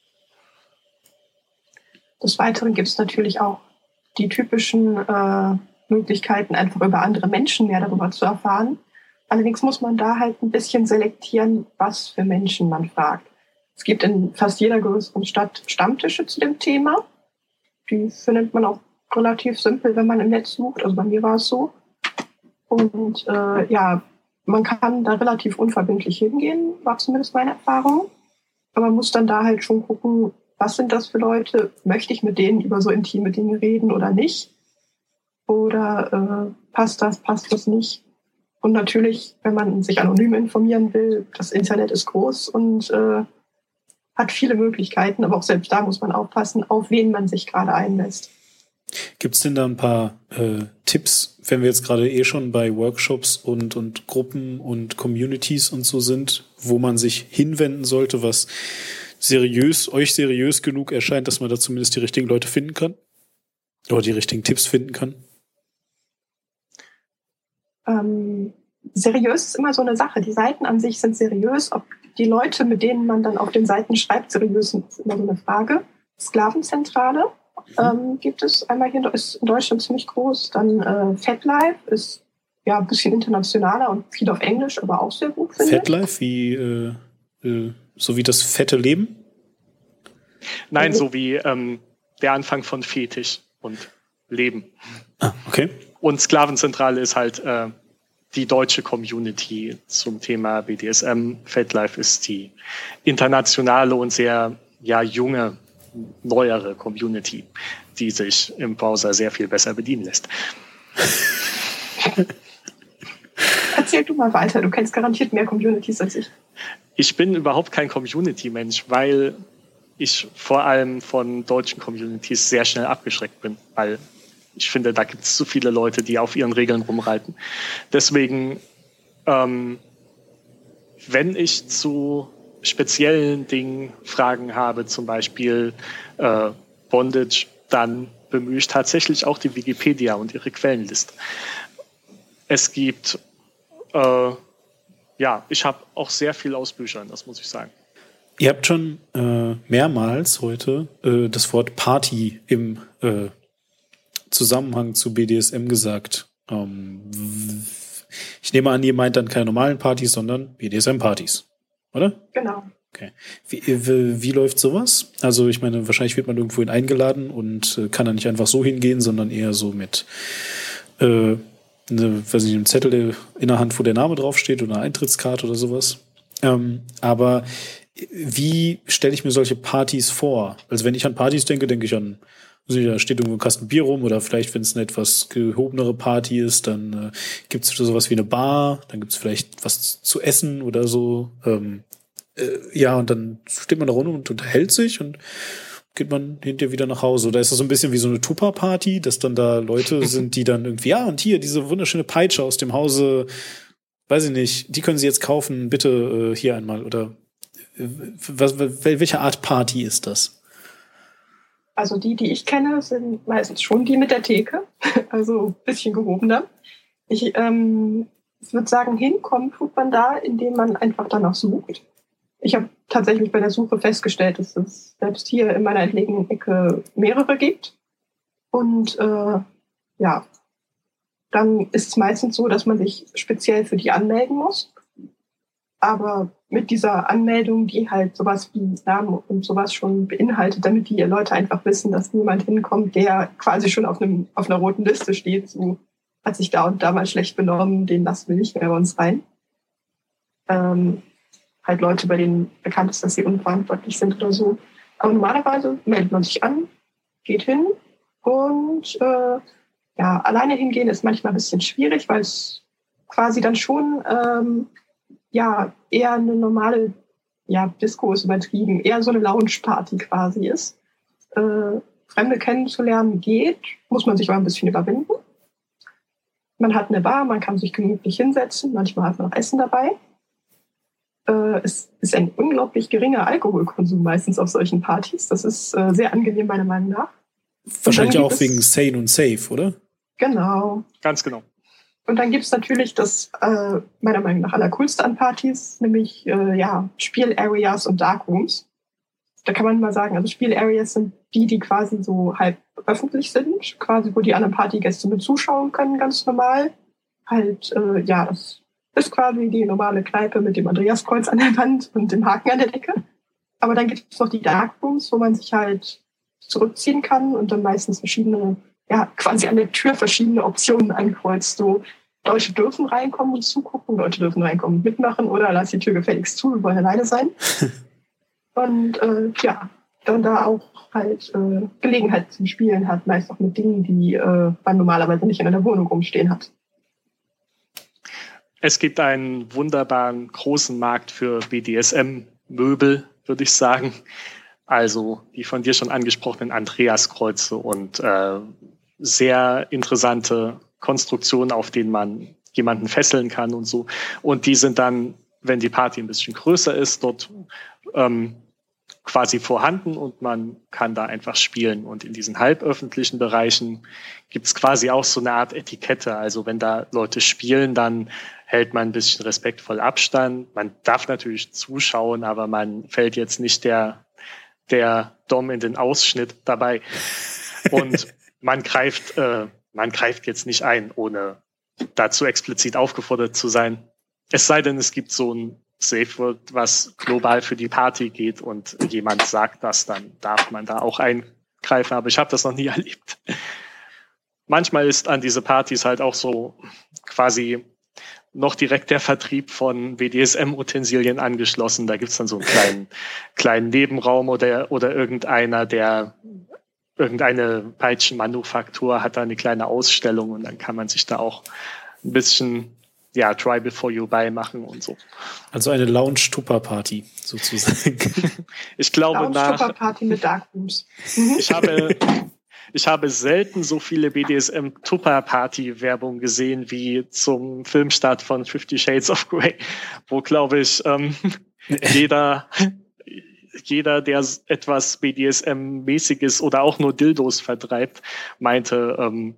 Des Weiteren gibt es natürlich auch die typischen Möglichkeiten, einfach über andere Menschen mehr darüber zu erfahren. Allerdings muss man da halt ein bisschen selektieren, was für Menschen man fragt. Es gibt in fast jeder größeren Stadt Stammtische zu dem Thema. Die findet man auch relativ simpel, wenn man im Netz sucht. Also bei mir war es so. Und man kann da relativ unverbindlich hingehen, war zumindest meine Erfahrung. Aber man muss dann da halt schon gucken, was sind das für Leute? Möchte ich mit denen über so intime Dinge reden oder nicht? Oder passt das nicht? Und natürlich, wenn man sich anonym informieren will, das Internet ist groß und hat viele Möglichkeiten, aber auch selbst da muss man aufpassen, auf wen man sich gerade einlässt. Gibt es denn da ein paar Tipps, wenn wir jetzt gerade schon bei Workshops und Gruppen und Communities und so sind, wo man sich hinwenden sollte, was euch seriös genug erscheint, dass man da zumindest die richtigen Leute finden kann? Oder die richtigen Tipps finden kann? Seriös ist immer so eine Sache. Die Seiten an sich sind seriös. Ob die Leute, mit denen man dann auf den Seiten schreibt, seriös sind, ist immer so eine Frage. Sklavenzentrale gibt es einmal hier, ist in Deutschland ziemlich groß. Dann FetLife ist ja ein bisschen internationaler und viel auf Englisch, aber auch sehr gut, finde ich. FetLife, wie so wie das fette Leben? Nein, so wie der Anfang von Fetisch und Leben. Ah, okay. Und Sklavenzentrale ist halt die deutsche Community zum Thema BDSM. FetLife ist die internationale und sehr junge, neuere Community, die sich im Browser sehr viel besser bedienen lässt. Erzähl du mal weiter, du kennst garantiert mehr Communities als ich. Ich bin überhaupt kein Community-Mensch, weil ich vor allem von deutschen Communities sehr schnell abgeschreckt bin, weil ich finde, da gibt es zu viele Leute, die auf ihren Regeln rumreiten. Deswegen, wenn ich zu speziellen Dingen Fragen habe, zum Beispiel Bondage, dann bemühe ich tatsächlich auch die Wikipedia und ihre Quellenliste. Es gibt ich habe auch sehr viel aus Büchern, das muss ich sagen. Ihr habt schon mehrmals heute das Wort Party im Zusammenhang zu BDSM gesagt. Ich nehme an, ihr meint dann keine normalen Partys, sondern BDSM-Partys, oder? Genau. Okay. Wie läuft sowas? Also ich meine, wahrscheinlich wird man irgendwohin eingeladen und kann da nicht einfach so hingehen, sondern eher so mit einem Zettel in der Hand, wo der Name draufsteht oder eine Eintrittskarte oder sowas. Aber wie stelle ich mir solche Partys vor? Also wenn ich an Partys denke, denke ich an, da steht irgendwo ein Kasten Bier rum oder vielleicht, wenn es eine etwas gehobenere Party ist, dann gibt es sowas wie eine Bar, dann gibt es vielleicht was zu essen oder so. Und dann steht man da rum und unterhält sich und geht man hinterher wieder nach Hause. Oder ist das so ein bisschen wie so eine Tupper-Party, dass dann da Leute sind, die dann irgendwie, und hier, diese wunderschöne Peitsche aus dem Hause, weiß ich nicht, die können Sie jetzt kaufen, bitte hier einmal. Oder welche Art Party ist das? Also die ich kenne, sind meistens schon die mit der Theke, also ein bisschen gehobener. Ich würde sagen, hinkommen tut man da, indem man einfach danach sucht. Ich habe tatsächlich bei der Suche festgestellt, dass es selbst hier in meiner entlegenen Ecke mehrere gibt. Und dann ist es meistens so, dass man sich speziell für die anmelden muss. Aber mit dieser Anmeldung, die halt sowas wie Namen und sowas schon beinhaltet, damit die Leute einfach wissen, dass niemand hinkommt, der quasi schon auf einer roten Liste steht, so hat sich da und da mal schlecht benommen, den lassen wir nicht mehr bei uns rein. Halt Leute, bei denen bekannt ist, dass sie unverantwortlich sind oder so. Aber normalerweise meldet man sich an, geht hin und alleine hingehen ist manchmal ein bisschen schwierig, weil es quasi dann schon eher eine normale Disco ist übertrieben, eher so eine Lounge-Party quasi ist. Fremde kennenzulernen geht, muss man sich aber ein bisschen überwinden. Man hat eine Bar, man kann sich gemütlich hinsetzen, manchmal hat man auch Essen dabei. Es ist ein unglaublich geringer Alkoholkonsum meistens auf solchen Partys. Das ist sehr angenehm, meiner Meinung nach. Wahrscheinlich auch wegen Sane und Safe, oder? Genau. Ganz genau. Und dann gibt es natürlich das meiner Meinung nach allercoolste an Partys, nämlich Spiel-Areas und Darkrooms. Da kann man mal sagen, also Spiel-Areas sind die quasi so halb öffentlich sind, quasi wo die anderen Partygäste mit zuschauen können, ganz normal. Das ist quasi die normale Kneipe mit dem Andreaskreuz an der Wand und dem Haken an der Decke. Aber dann gibt es noch die Darkrooms, wo man sich halt zurückziehen kann und dann meistens quasi an der Tür verschiedene Optionen ankreuzt. So, Leute dürfen reinkommen und zugucken, Leute dürfen reinkommen und mitmachen oder lass die Tür gefälligst zu, wir wollen alleine sein. Und dann da auch halt Gelegenheit zum Spielen hat, meist auch mit Dingen, die man normalerweise nicht in einer Wohnung rumstehen hat. Es gibt einen wunderbaren großen Markt für BDSM-Möbel, würde ich sagen. Also die von dir schon angesprochenen Andreaskreuze und sehr interessante Konstruktionen, auf denen man jemanden fesseln kann und so. Und die sind dann, wenn die Party ein bisschen größer ist, dort quasi vorhanden und man kann da einfach spielen. Und in diesen halböffentlichen Bereichen gibt es quasi auch so eine Art Etikette. Also wenn da Leute spielen, dann hält man ein bisschen respektvoll Abstand. Man darf natürlich zuschauen, aber man fällt jetzt nicht der Dom in den Ausschnitt dabei. Und man greift jetzt nicht ein, ohne dazu explizit aufgefordert zu sein. Es sei denn, es gibt so ein Safe Word, was global für die Party geht und jemand sagt das, dann darf man da auch eingreifen. Aber ich habe das noch nie erlebt. Manchmal ist an diese Partys halt auch so quasi noch direkt der Vertrieb von BDSM-Utensilien angeschlossen. Da gibt's dann so einen kleinen Nebenraum oder irgendeine Peitschenmanufaktur hat da eine kleine Ausstellung und dann kann man sich da auch ein bisschen try before you buy machen und so. Also eine Lounge-Tupper-Party sozusagen. Ich glaube Lounge-Tupper-Party mit Darkrooms. Ich habe selten so viele BDSM-Tupper-Party-Werbung gesehen wie zum Filmstart von 50 Shades of Grey, wo, glaube ich, jeder, der etwas BDSM-mäßiges oder auch nur Dildos vertreibt, meinte,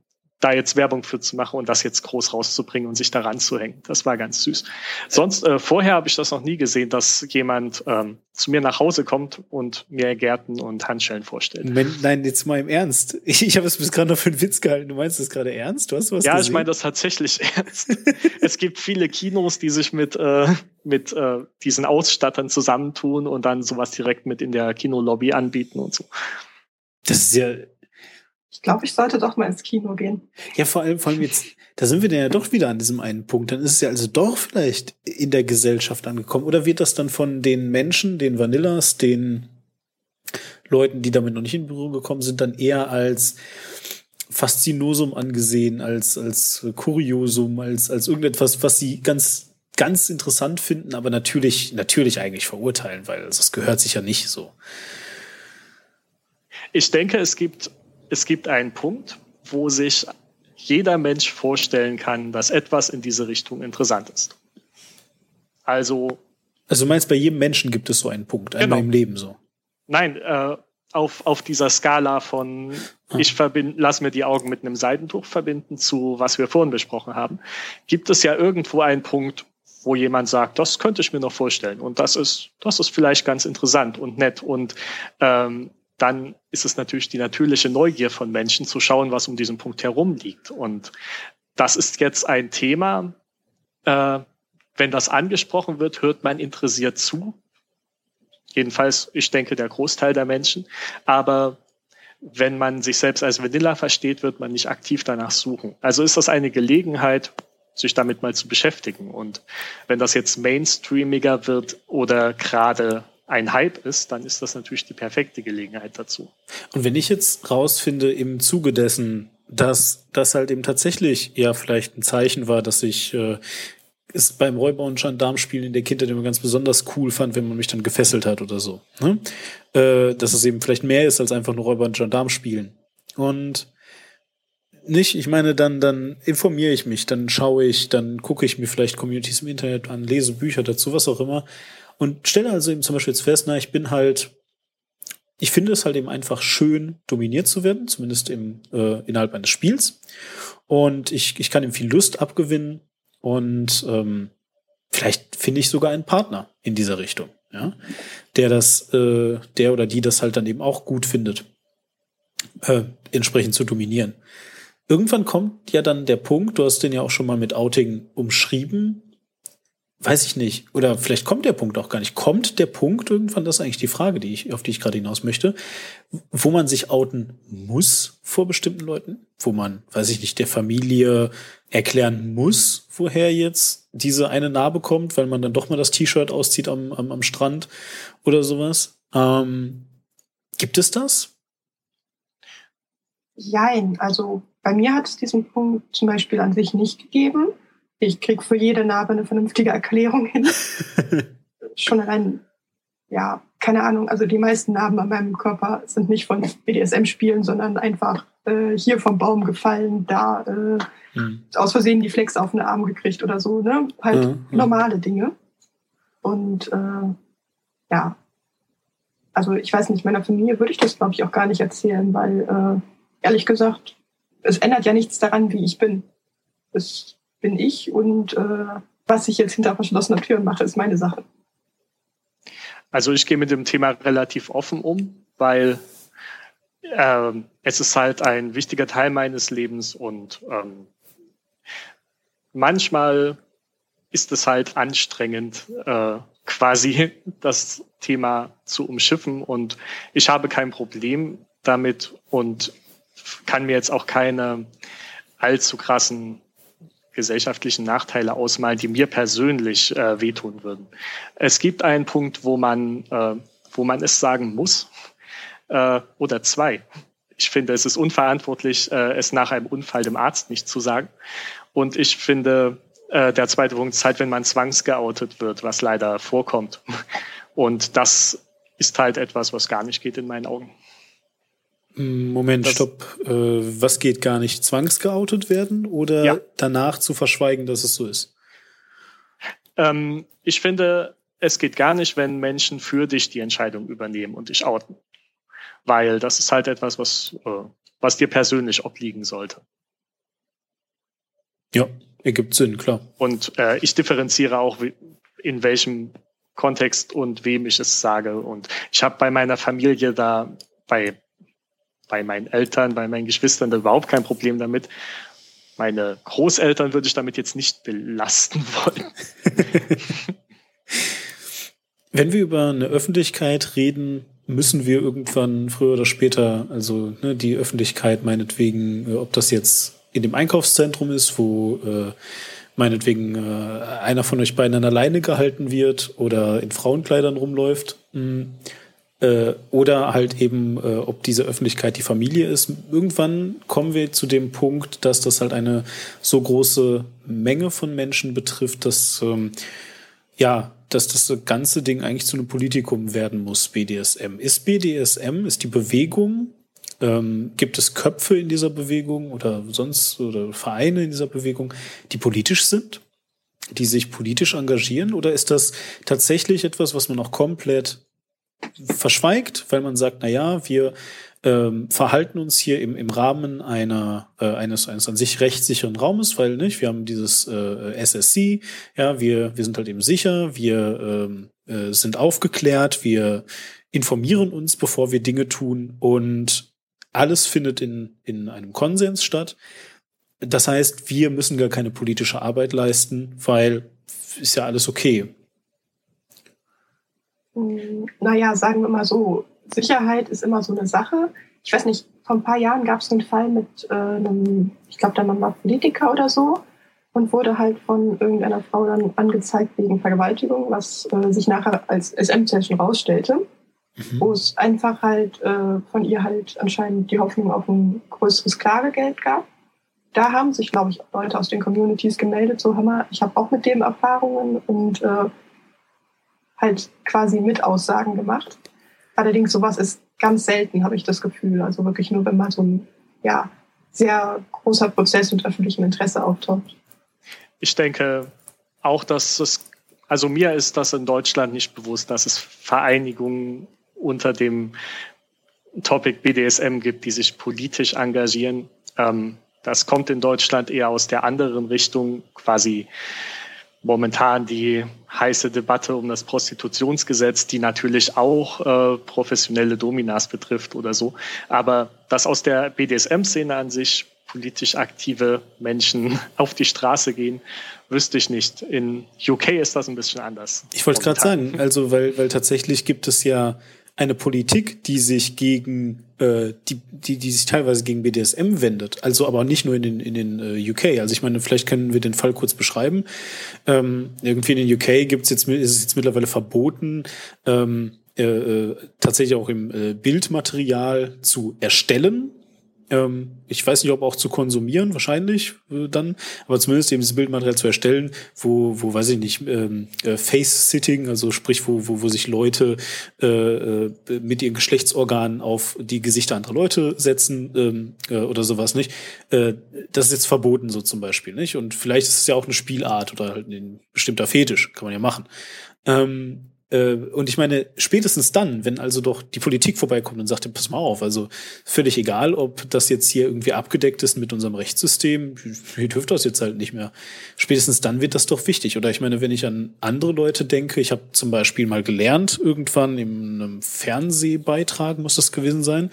da jetzt Werbung für zu machen und das jetzt groß rauszubringen und sich daran zu hängen. Das war ganz süß. Sonst, vorher habe ich das noch nie gesehen, dass jemand zu mir nach Hause kommt und mir Gärten und Handschellen vorstellt. Moment, nein, jetzt mal im Ernst. Ich habe es bis gerade noch für einen Witz gehalten. Du meinst das gerade ernst? Du hast was gesehen? Ich meine das tatsächlich ernst. Es gibt viele Kinos, die sich mit diesen Ausstattern zusammentun und dann sowas direkt mit in der Kinolobby anbieten und so. Das ist ja... Ich glaube, ich sollte doch mal ins Kino gehen. Ja, vor allem jetzt, da sind wir dann ja doch wieder an diesem einen Punkt. Dann ist es ja also doch vielleicht in der Gesellschaft angekommen. Oder wird das dann von den Menschen, den Vanillas, den Leuten, die damit noch nicht in Berührung gekommen sind, dann eher als Faszinosum angesehen, als Kuriosum, als irgendetwas, was sie ganz, ganz interessant finden, aber natürlich eigentlich verurteilen, weil also es gehört sich ja nicht so. Ich denke, es gibt einen Punkt, wo sich jeder Mensch vorstellen kann, dass etwas in diese Richtung interessant ist. Also du meinst, bei jedem Menschen gibt es so einen Punkt, einmal im Leben so? Nein, auf dieser Skala von lass mir die Augen mit einem Seidentuch verbinden zu, was wir vorhin besprochen haben, gibt es ja irgendwo einen Punkt, wo jemand sagt, das könnte ich mir noch vorstellen. Und das ist vielleicht ganz interessant und nett. Und dann ist es natürlich die natürliche Neugier von Menschen zu schauen, was um diesen Punkt herum liegt. Und das ist jetzt ein Thema, wenn das angesprochen wird, hört man interessiert zu. Jedenfalls, ich denke, der Großteil der Menschen. Aber wenn man sich selbst als Vanilla versteht, wird man nicht aktiv danach suchen. Also ist das eine Gelegenheit, sich damit mal zu beschäftigen. Und wenn das jetzt mainstreamiger wird oder gerade ein Hype ist, dann ist das natürlich die perfekte Gelegenheit dazu. Und wenn ich jetzt rausfinde im Zuge dessen, dass das halt eben tatsächlich ja vielleicht ein Zeichen war, dass ich es beim Räuber- und Gendarmspielen in der Kindheit immer ganz besonders cool fand, wenn man mich dann gefesselt hat oder so. Ne? Dass es eben vielleicht mehr ist als einfach nur Räuber- und Gendarmspielen. Und ich meine, dann informiere ich mich, dann dann gucke ich mir vielleicht Communities im Internet an, lese Bücher dazu, was auch immer. Und stelle also eben zum Beispiel jetzt fest, ich finde es halt eben einfach schön, dominiert zu werden, zumindest innerhalb eines Spiels. Und ich kann ihm viel Lust abgewinnen und vielleicht finde ich sogar einen Partner in dieser Richtung, ja, der oder die das halt dann eben auch gut findet, entsprechend zu dominieren. Irgendwann kommt ja dann der Punkt, du hast den ja auch schon mal mit Outing umschrieben, weiß ich nicht. Oder vielleicht kommt der Punkt auch gar nicht. Kommt der Punkt irgendwann, das ist eigentlich die Frage, auf die ich gerade hinaus möchte, wo man sich outen muss vor bestimmten Leuten? Wo man, weiß ich nicht, der Familie erklären muss, woher jetzt diese eine Narbe kommt, weil man dann doch mal das T-Shirt auszieht am Strand oder sowas. Gibt es das? Jein, also bei mir hat es diesen Punkt zum Beispiel an sich nicht gegeben. Ich kriege für jede Narbe eine vernünftige Erklärung hin. Schon allein, ja, keine Ahnung, also die meisten Narben an meinem Körper sind nicht von BDSM-Spielen, sondern einfach hier vom Baum gefallen, da aus Versehen die Flex auf den Arm gekriegt oder so, ne? Halt normale Dinge. Und ja, also ich weiß nicht, meiner Familie würde ich das, glaube ich, auch gar nicht erzählen, weil ehrlich gesagt, es ändert ja nichts daran, wie ich bin. Es bin ich und was ich jetzt hinter verschlossenen Türen mache, ist meine Sache. Also ich gehe mit dem Thema relativ offen um, weil es ist halt ein wichtiger Teil meines Lebens und manchmal ist es halt anstrengend, quasi das Thema zu umschiffen und ich habe kein Problem damit und kann mir jetzt auch keine allzu krassen gesellschaftlichen Nachteile ausmalen, die mir persönlich wehtun würden. Es gibt einen Punkt, wo man es sagen muss, oder zwei. Ich finde, es ist unverantwortlich, es nach einem Unfall dem Arzt nicht zu sagen. Und ich finde, der zweite Punkt ist halt, wenn man zwangsgeoutet wird, was leider vorkommt. Und das ist halt etwas, was gar nicht geht in meinen Augen. Moment, stopp. Was geht gar nicht? Zwangsgeoutet werden oder danach zu verschweigen, dass es so ist? Ich finde, es geht gar nicht, wenn Menschen für dich die Entscheidung übernehmen und dich outen. Weil das ist halt etwas, was dir persönlich obliegen sollte. Ja, ergibt Sinn, klar. Und ich differenziere auch, in welchem Kontext und wem ich es sage. Und ich habe bei meiner Familie da, bei meinen Eltern, bei meinen Geschwistern da überhaupt kein Problem damit. Meine Großeltern würde ich damit jetzt nicht belasten wollen. Wenn wir über eine Öffentlichkeit reden, müssen wir irgendwann früher oder später, also die Öffentlichkeit meinetwegen, ob das jetzt in dem Einkaufszentrum ist, wo meinetwegen einer von euch beiden an der Leine gehalten wird oder in Frauenkleidern rumläuft, oder halt eben, ob diese Öffentlichkeit die Familie ist. Irgendwann kommen wir zu dem Punkt, dass das halt eine so große Menge von Menschen betrifft, dass dass das ganze Ding eigentlich zu einem Politikum werden muss, BDSM. Ist die Bewegung, gibt es Köpfe in dieser Bewegung oder Vereine in dieser Bewegung, die politisch sind, die sich politisch engagieren? Oder ist das tatsächlich etwas, was man auch komplett verschweigt, weil man sagt, wir verhalten uns hier im Rahmen eines an sich rechtssicheren Raumes, weil wir haben dieses SSC, wir sind halt eben sicher, wir sind aufgeklärt, wir informieren uns, bevor wir Dinge tun, und alles findet in einem Konsens statt. Das heißt, wir müssen gar keine politische Arbeit leisten, weil ist ja alles okay. Sagen wir mal so, Sicherheit ist immer so eine Sache. Ich weiß nicht, vor ein paar Jahren gab es einen Fall mit ich glaube, der Mann war Politiker oder so und wurde halt von irgendeiner Frau dann angezeigt wegen Vergewaltigung, was sich nachher als SM-Session rausstellte, wo es einfach halt von ihr halt anscheinend die Hoffnung auf ein größeres Klagegeld gab. Da haben sich, glaube ich, Leute aus den Communities gemeldet, so ich habe auch mit dem Erfahrungen und halt quasi mit Aussagen gemacht. Allerdings sowas ist ganz selten, habe ich das Gefühl. Also wirklich nur, wenn mal so ein sehr großer Prozess mit öffentlichem Interesse auftaucht. Ich denke auch, also mir ist das in Deutschland nicht bewusst, dass es Vereinigungen unter dem Topic BDSM gibt, die sich politisch engagieren. Das kommt in Deutschland eher aus der anderen Richtung, quasi momentan die heiße Debatte um das Prostitutionsgesetz, die natürlich auch professionelle Dominas betrifft oder so. Aber dass aus der BDSM-Szene an sich politisch aktive Menschen auf die Straße gehen, wüsste ich nicht. In UK ist das ein bisschen anders. Ich wollte gerade sagen, also weil tatsächlich gibt es ja eine Politik, die sich gegen die sich teilweise gegen BDSM wendet, also aber nicht nur in den UK. Also ich meine, vielleicht können wir den Fall kurz beschreiben. Irgendwie in den UK ist es jetzt mittlerweile verboten, tatsächlich auch im Bildmaterial zu erstellen. Ich weiß nicht, ob auch zu konsumieren, wahrscheinlich dann, aber zumindest eben dieses Bildmaterial zu erstellen, wo weiß ich nicht, Face-Sitting, also sprich, wo sich Leute mit ihren Geschlechtsorganen auf die Gesichter anderer Leute setzen oder sowas, nicht? Das ist jetzt verboten, so zum Beispiel, nicht? Und vielleicht ist es ja auch eine Spielart oder halt ein bestimmter Fetisch, kann man ja machen. Und ich meine, spätestens dann, wenn also doch die Politik vorbeikommt und sagt, pass mal auf, also völlig egal, ob das jetzt hier irgendwie abgedeckt ist mit unserem Rechtssystem, ihr dürft das jetzt halt nicht mehr. Spätestens dann wird das doch wichtig. Oder ich meine, wenn ich an andere Leute denke, ich habe zum Beispiel mal gelernt, irgendwann in einem Fernsehbeitrag muss das gewesen sein,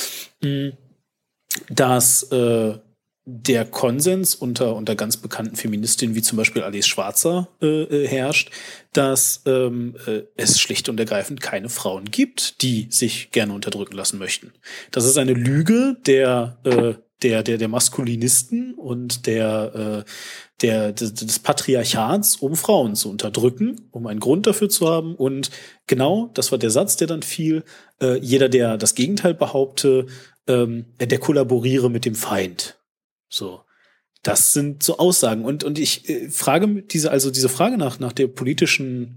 dass der Konsens unter ganz bekannten Feministinnen wie zum Beispiel Alice Schwarzer herrscht, dass es schlicht und ergreifend keine Frauen gibt, die sich gerne unterdrücken lassen möchten. Das ist eine Lüge der Maskulinisten und des Patriarchats, um Frauen zu unterdrücken, um einen Grund dafür zu haben. Und genau, das war der Satz, der dann fiel. Jeder, der das Gegenteil behaupte, der kollaboriere mit dem Feind. So, das sind so Aussagen. Und ich frage diese Frage nach der politischen,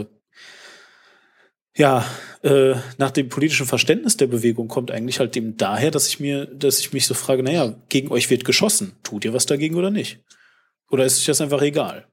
nach dem politischen Verständnis der Bewegung kommt eigentlich halt eben daher, dass ich mich so frage, gegen euch wird geschossen. Tut ihr was dagegen oder nicht? Oder ist euch das einfach egal?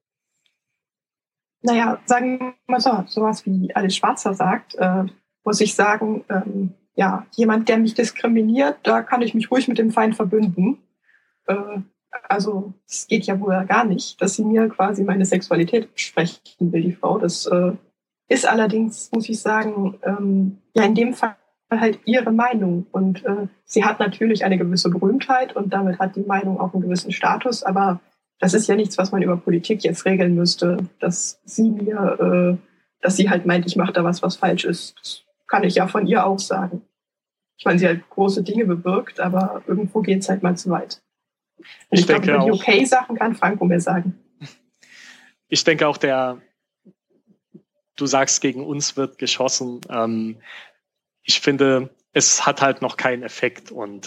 Sagen wir mal so, sowas wie Alice Schwarzer sagt, muss ich sagen, jemand, der mich diskriminiert, da kann ich mich ruhig mit dem Feind verbünden. Also es geht ja wohl gar nicht, dass sie mir quasi meine Sexualität sprechen will, die Frau. Das ist allerdings, muss ich sagen, ja in dem Fall halt ihre Meinung. Und sie hat natürlich eine gewisse Berühmtheit und damit hat die Meinung auch einen gewissen Status. Aber das ist ja nichts, was man über Politik jetzt regeln müsste, dass sie halt meint, ich mache da was falsch ist. Das kann ich ja von ihr auch sagen. Ich meine, sie hat große Dinge bewirkt, aber irgendwo geht es halt mal zu weit. Und ich glaube, über die UK-Sachen kann Franco mehr sagen. Ich denke auch, du sagst, gegen uns wird geschossen. Ich finde, es hat halt noch keinen Effekt und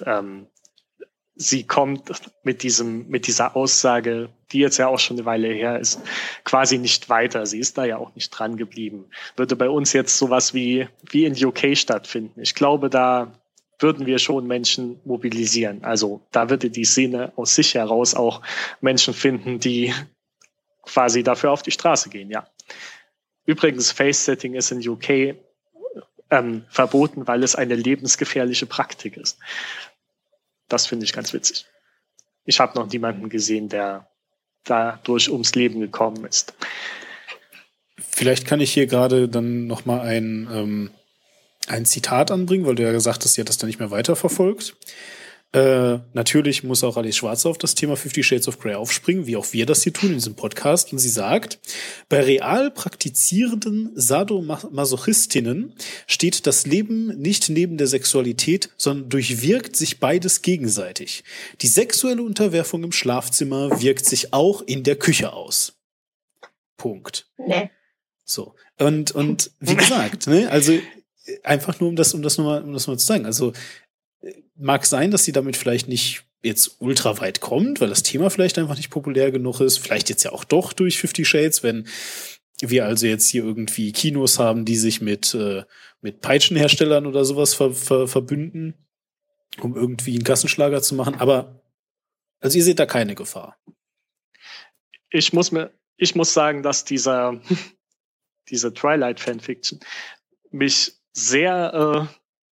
sie kommt mit dieser Aussage, die jetzt ja auch schon eine Weile her ist, quasi nicht weiter. Sie ist da ja auch nicht dran geblieben. Würde bei uns jetzt sowas wie in UK stattfinden. Ich glaube, da würden wir schon Menschen mobilisieren. Also da würde die Szene aus sich heraus auch Menschen finden, die quasi dafür auf die Straße gehen, ja. Übrigens, Face-Setting ist in UK verboten, weil es eine lebensgefährliche Praktik ist. Das finde ich ganz witzig. Ich habe noch niemanden gesehen, der dadurch ums Leben gekommen ist. Vielleicht kann ich hier gerade dann nochmal ein Zitat anbringen, weil du ja gesagt hast, sie hat das dann nicht mehr weiterverfolgt. Natürlich muss auch Alice Schwarzer auf das Thema 50 Shades of Grey aufspringen, wie auch wir das hier tun in diesem Podcast. Und sie sagt, bei real praktizierenden Sadomasochistinnen steht das Leben nicht neben der Sexualität, sondern durchwirkt sich beides gegenseitig. Die sexuelle Unterwerfung im Schlafzimmer wirkt sich auch in der Küche aus. Punkt. Nee. So. Und wie gesagt, ne, also einfach nur, um das mal zu sagen. Also mag sein, dass sie damit vielleicht nicht jetzt ultra weit kommt, weil das Thema vielleicht einfach nicht populär genug ist. Vielleicht jetzt ja auch doch durch 50 Shades, wenn wir also jetzt hier irgendwie Kinos haben, die sich mit Peitschenherstellern oder sowas verbünden, um irgendwie einen Kassenschlager zu machen. Aber also ihr seht da keine Gefahr. Ich muss sagen, dass diese Twilight-Fanfiction mich sehr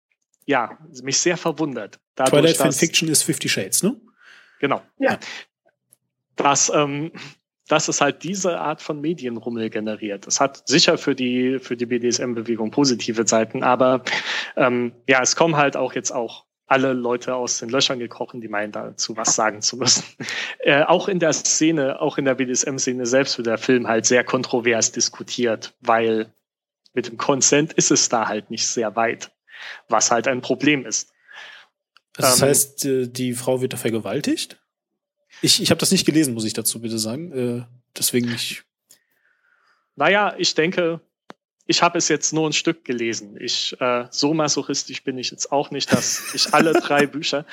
verwundert. Dadurch, Twilight Fanfiction ist 50 Shades, ne? Genau. Ja. Dass es halt diese Art von Medienrummel generiert. Das hat sicher für die BDSM-Bewegung positive Seiten, aber es kommen halt auch jetzt auch alle Leute aus den Löchern gekrochen, die meinen, dazu was sagen zu müssen. Auch in der Szene, auch in der BDSM-Szene selbst wird der Film halt sehr kontrovers diskutiert, weil mit dem Consent ist es da halt nicht sehr weit, was halt ein Problem ist. Also das heißt, die Frau wird da vergewaltigt? Ich habe das nicht gelesen, muss ich dazu bitte sagen. Deswegen nicht. Naja, ich denke, ich habe es jetzt nur ein Stück gelesen. So masochistisch bin ich jetzt auch nicht, dass ich alle 3 Bücher.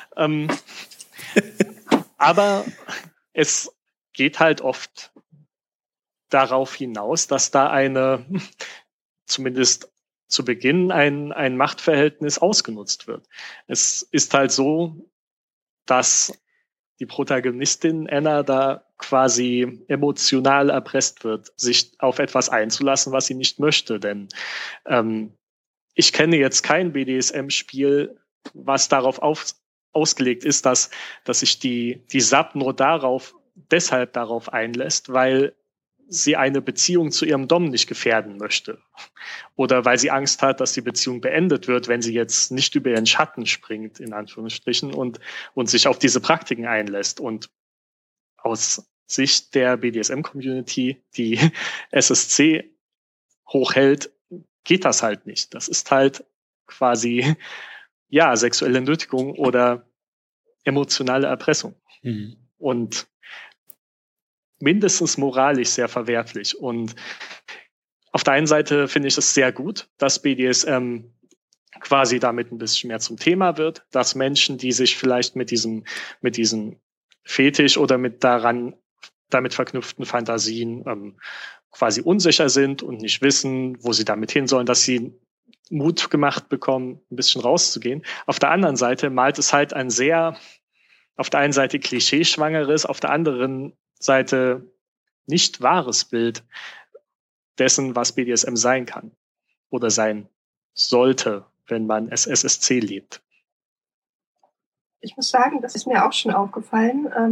Aber es geht halt oft darauf hinaus, dass da zumindest zu Beginn ein Machtverhältnis ausgenutzt wird. Es ist halt so, dass die Protagonistin Anna da quasi emotional erpresst wird, sich auf etwas einzulassen, was sie nicht möchte. Denn ich kenne jetzt kein BDSM-Spiel, was darauf ausgelegt ist, dass sich die Sub nur deshalb darauf einlässt, weil sie eine Beziehung zu ihrem Dom nicht gefährden möchte. Oder weil sie Angst hat, dass die Beziehung beendet wird, wenn sie jetzt nicht über ihren Schatten springt, in Anführungsstrichen, und sich auf diese Praktiken einlässt. Und aus Sicht der BDSM-Community, die SSC hochhält, geht das halt nicht. Das ist halt quasi, sexuelle Nötigung oder emotionale Erpressung. Mhm. Und mindestens moralisch sehr verwerflich. Und auf der einen Seite finde ich es sehr gut, dass BDSM quasi damit ein bisschen mehr zum Thema wird, dass Menschen, die sich vielleicht mit diesem Fetisch oder mit damit verknüpften Fantasien quasi unsicher sind und nicht wissen, wo sie damit hin sollen, dass sie Mut gemacht bekommen, ein bisschen rauszugehen. Auf der anderen Seite malt es halt ein sehr, auf der einen Seite klischeeschwangeres, auf der anderen Seite nicht wahres Bild dessen, was BDSM sein kann oder sein sollte, wenn man SSC lebt. Ich muss sagen, das ist mir auch schon aufgefallen.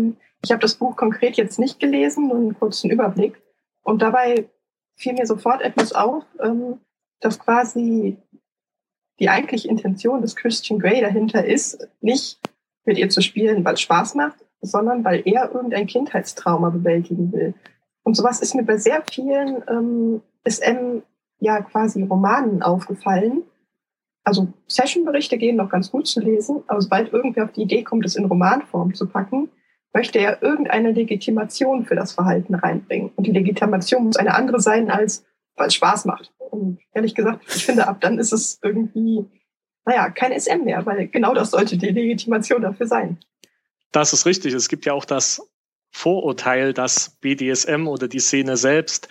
Ich habe das Buch konkret jetzt nicht gelesen, nur einen kurzen Überblick. Und dabei fiel mir sofort etwas auf, dass quasi die eigentliche Intention des Christian Grey dahinter ist, nicht mit ihr zu spielen, weil es Spaß macht, sondern weil er irgendein Kindheitstrauma bewältigen will. Und sowas ist mir bei sehr vielen SM ja quasi Romanen aufgefallen. Also Session-Berichte gehen noch ganz gut zu lesen, aber sobald irgendwer auf die Idee kommt, es in Romanform zu packen, möchte er irgendeine Legitimation für das Verhalten reinbringen. Und die Legitimation muss eine andere sein, als weil es Spaß macht. Und ehrlich gesagt, ich finde, ab dann ist es irgendwie, kein SM mehr, weil genau das sollte die Legitimation dafür sein. Das ist richtig. Es gibt ja auch das Vorurteil, dass BDSM oder die Szene selbst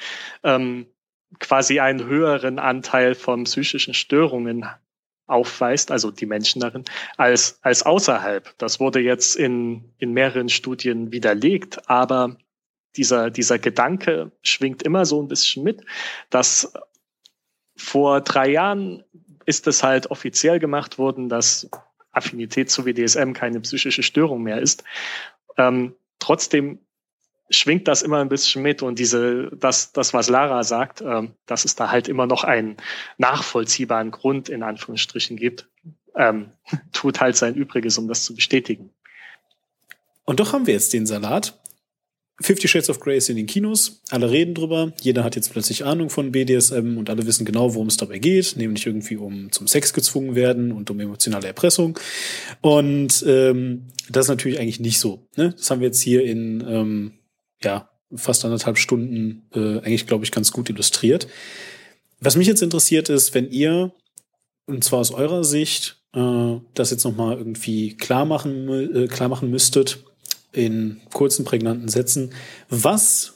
quasi einen höheren Anteil von psychischen Störungen aufweist, also die Menschen darin, als außerhalb. Das wurde jetzt in mehreren Studien widerlegt, aber dieser Gedanke schwingt immer so ein bisschen mit, dass vor 3 Jahren ist es halt offiziell gemacht worden, dass Affinität zu BDSM keine psychische Störung mehr ist. Trotzdem schwingt das immer ein bisschen mit und das, was Lara sagt, dass es da halt immer noch einen nachvollziehbaren Grund in Anführungsstrichen gibt, tut halt sein Übriges, um das zu bestätigen. Und doch haben wir jetzt den Salat. 50 Shades of Grey ist in den Kinos, alle reden drüber, jeder hat jetzt plötzlich Ahnung von BDSM und alle wissen genau, worum es dabei geht, nämlich irgendwie zum Sex gezwungen werden und um emotionale Erpressung. Und das ist natürlich eigentlich nicht so. Ne? Das haben wir jetzt hier in fast 1,5 Stunden eigentlich, glaube ich, ganz gut illustriert. Was mich jetzt interessiert ist, wenn ihr, und zwar aus eurer Sicht, das jetzt nochmal irgendwie klar machen müsstet, in kurzen, prägnanten Sätzen, was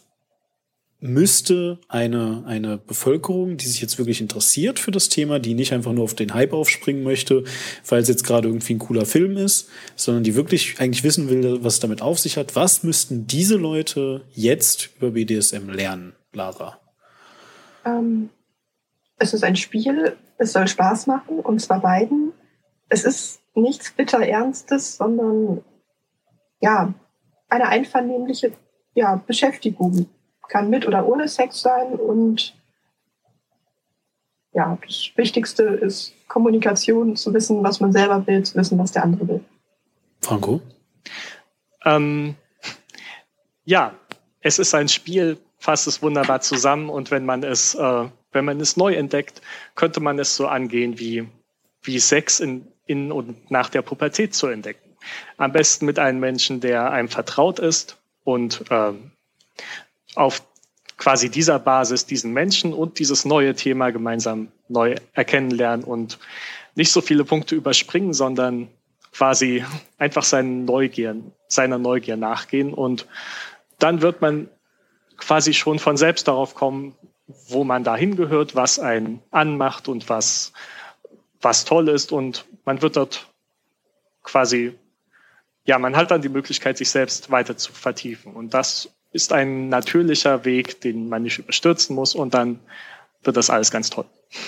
müsste eine Bevölkerung, die sich jetzt wirklich interessiert für das Thema, die nicht einfach nur auf den Hype aufspringen möchte, weil es jetzt gerade irgendwie ein cooler Film ist, sondern die wirklich eigentlich wissen will, was es damit auf sich hat, was müssten diese Leute jetzt über BDSM lernen, Lara? Es ist ein Spiel, es soll Spaß machen, und zwar beiden. Es ist nichts Bitterernstes, sondern eine einvernehmliche Beschäftigung. Kann mit oder ohne Sex sein, und das Wichtigste ist Kommunikation, zu wissen, was man selber will, zu wissen, was der andere will. Franco? Es ist ein Spiel, fasst es wunderbar zusammen, und wenn man es neu entdeckt, könnte man es so angehen, wie Sex in und nach der Pubertät zu entdecken. Am besten mit einem Menschen, der einem vertraut ist, und auf quasi dieser Basis diesen Menschen und dieses neue Thema gemeinsam neu erkennen lernen und nicht so viele Punkte überspringen, sondern quasi einfach seiner Neugier nachgehen, und dann wird man quasi schon von selbst darauf kommen, wo man dahin gehört, was einen anmacht und was toll ist, und man wird dort quasi, man hat dann die Möglichkeit, sich selbst weiter zu vertiefen, und das ist ein natürlicher Weg, den man nicht überstürzen muss, und dann wird das alles ganz toll.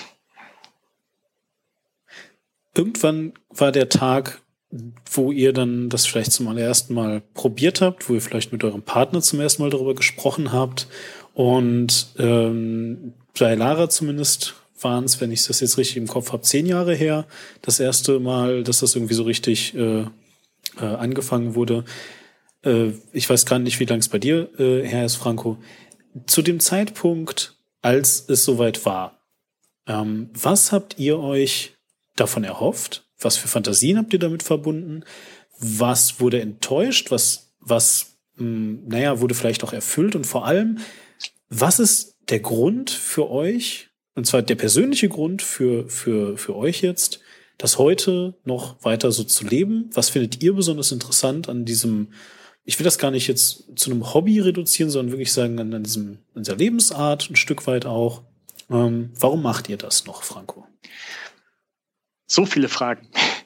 Irgendwann war der Tag, wo ihr dann das vielleicht zum allerersten Mal probiert habt, wo ihr vielleicht mit eurem Partner zum ersten Mal darüber gesprochen habt, und bei Lara zumindest waren es, wenn ich das jetzt richtig im Kopf habe, 10 Jahre her, das erste Mal, dass das irgendwie so richtig angefangen wurde. Ich weiß gar nicht, wie lange es bei dir her ist, Franco. Zu dem Zeitpunkt, als es soweit war, was habt ihr euch davon erhofft? Was für Fantasien habt ihr damit verbunden? Was wurde enttäuscht? Was wurde vielleicht auch erfüllt? Und vor allem, was ist der Grund für euch, und zwar der persönliche Grund für euch jetzt, das heute noch weiter so zu leben? Was findet ihr besonders interessant an diesem, ich will das gar nicht jetzt zu einem Hobby reduzieren, sondern wirklich sagen, an dieser Lebensart ein Stück weit auch. Warum macht ihr das noch, Franco? So viele Fragen.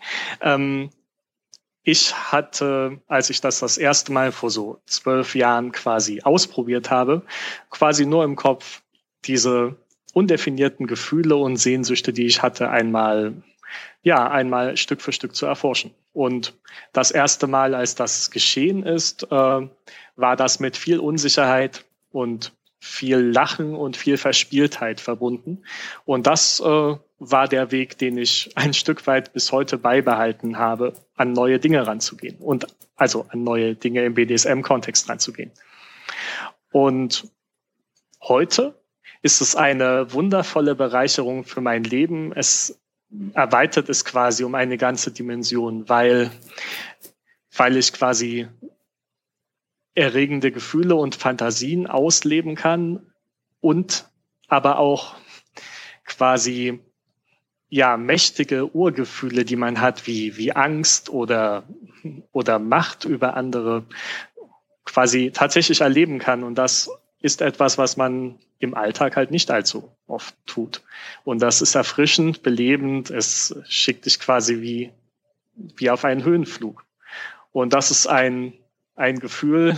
Ich hatte, als ich das erste Mal vor so 12 Jahren quasi ausprobiert habe, quasi nur im Kopf diese undefinierten Gefühle und Sehnsüchte, die ich hatte, einmal einmal Stück für Stück zu erforschen. Und das erste Mal, als das geschehen ist, war das mit viel Unsicherheit und viel Lachen und viel Verspieltheit verbunden. Und das war der Weg, den ich ein Stück weit bis heute beibehalten habe, an neue Dinge ranzugehen und also an neue Dinge im BDSM-Kontext ranzugehen. Und heute ist es eine wundervolle Bereicherung für mein Leben. Es erweitert es quasi um eine ganze Dimension, weil ich quasi erregende Gefühle und Fantasien ausleben kann und aber auch quasi mächtige Urgefühle, die man hat, wie Angst oder Macht über andere, quasi tatsächlich erleben kann. Und das ist etwas, was man im Alltag halt nicht allzu oft tut. Und das ist erfrischend, belebend. Es schickt dich quasi wie auf einen Höhenflug. Und das ist ein Gefühl,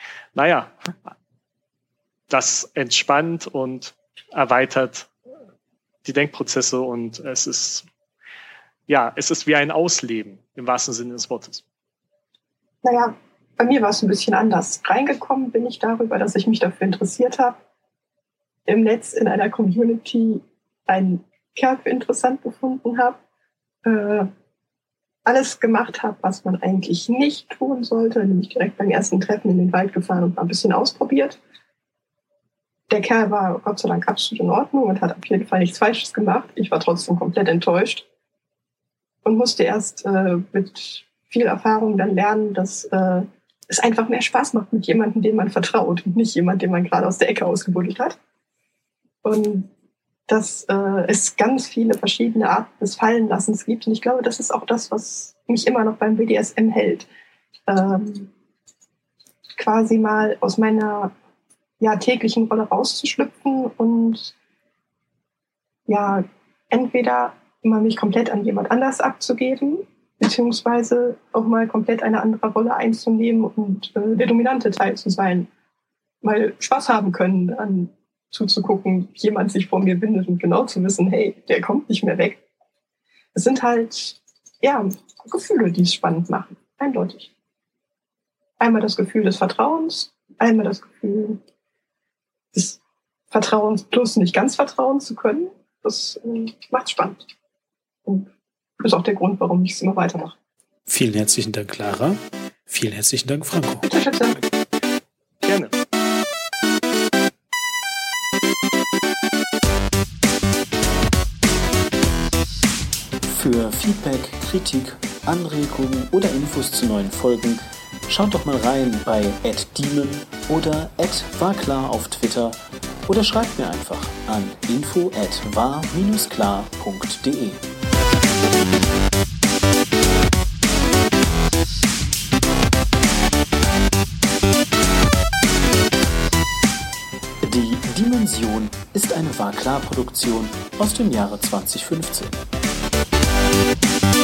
das entspannt und erweitert die Denkprozesse und es ist wie ein Ausleben im wahrsten Sinne des Wortes. Naja, bei mir war es ein bisschen anders. Reingekommen bin ich darüber, dass ich mich dafür interessiert habe, im Netz in einer Community einen Kerl für interessant befunden habe, alles gemacht habe, was man eigentlich nicht tun sollte, nämlich direkt beim ersten Treffen in den Wald gefahren und mal ein bisschen ausprobiert. Der Kerl war Gott sei Dank absolut in Ordnung und hat auf jeden Fall nichts Falsches gemacht. Ich war trotzdem komplett enttäuscht und musste erst mit viel Erfahrung dann lernen, dass es einfach mehr Spaß macht mit jemandem, dem man vertraut und nicht jemand, den man gerade aus der Ecke ausgebuddelt hat. Und dass es ganz viele verschiedene Arten des Fallenlassens gibt. Und ich glaube, das ist auch das, was mich immer noch beim BDSM hält. Quasi mal aus meiner täglichen Rolle rauszuschlüpfen und entweder mal mich komplett an jemand anders abzugeben, beziehungsweise auch mal komplett eine andere Rolle einzunehmen und der dominante Teil zu sein. Mal Spaß haben können an zuzugucken, wie jemand sich vor mir windet und genau zu wissen, hey, der kommt nicht mehr weg. Es sind halt, Gefühle, die es spannend machen. Eindeutig. Einmal das Gefühl des Vertrauens, einmal das Gefühl des Vertrauens plus nicht ganz vertrauen zu können. Das macht spannend. Und das ist auch der Grund, warum ich es immer weitermache. Vielen herzlichen Dank, Clara. Vielen herzlichen Dank, Franco. Bitte, Schätze. Gerne. Für Feedback, Kritik, Anregungen oder Infos zu neuen Folgen schaut doch mal rein bei @demon oder @warklar auf Twitter oder schreibt mir einfach an info@war-klar.de. Die Dimension ist eine War-Klar-Produktion aus dem Jahre 2015.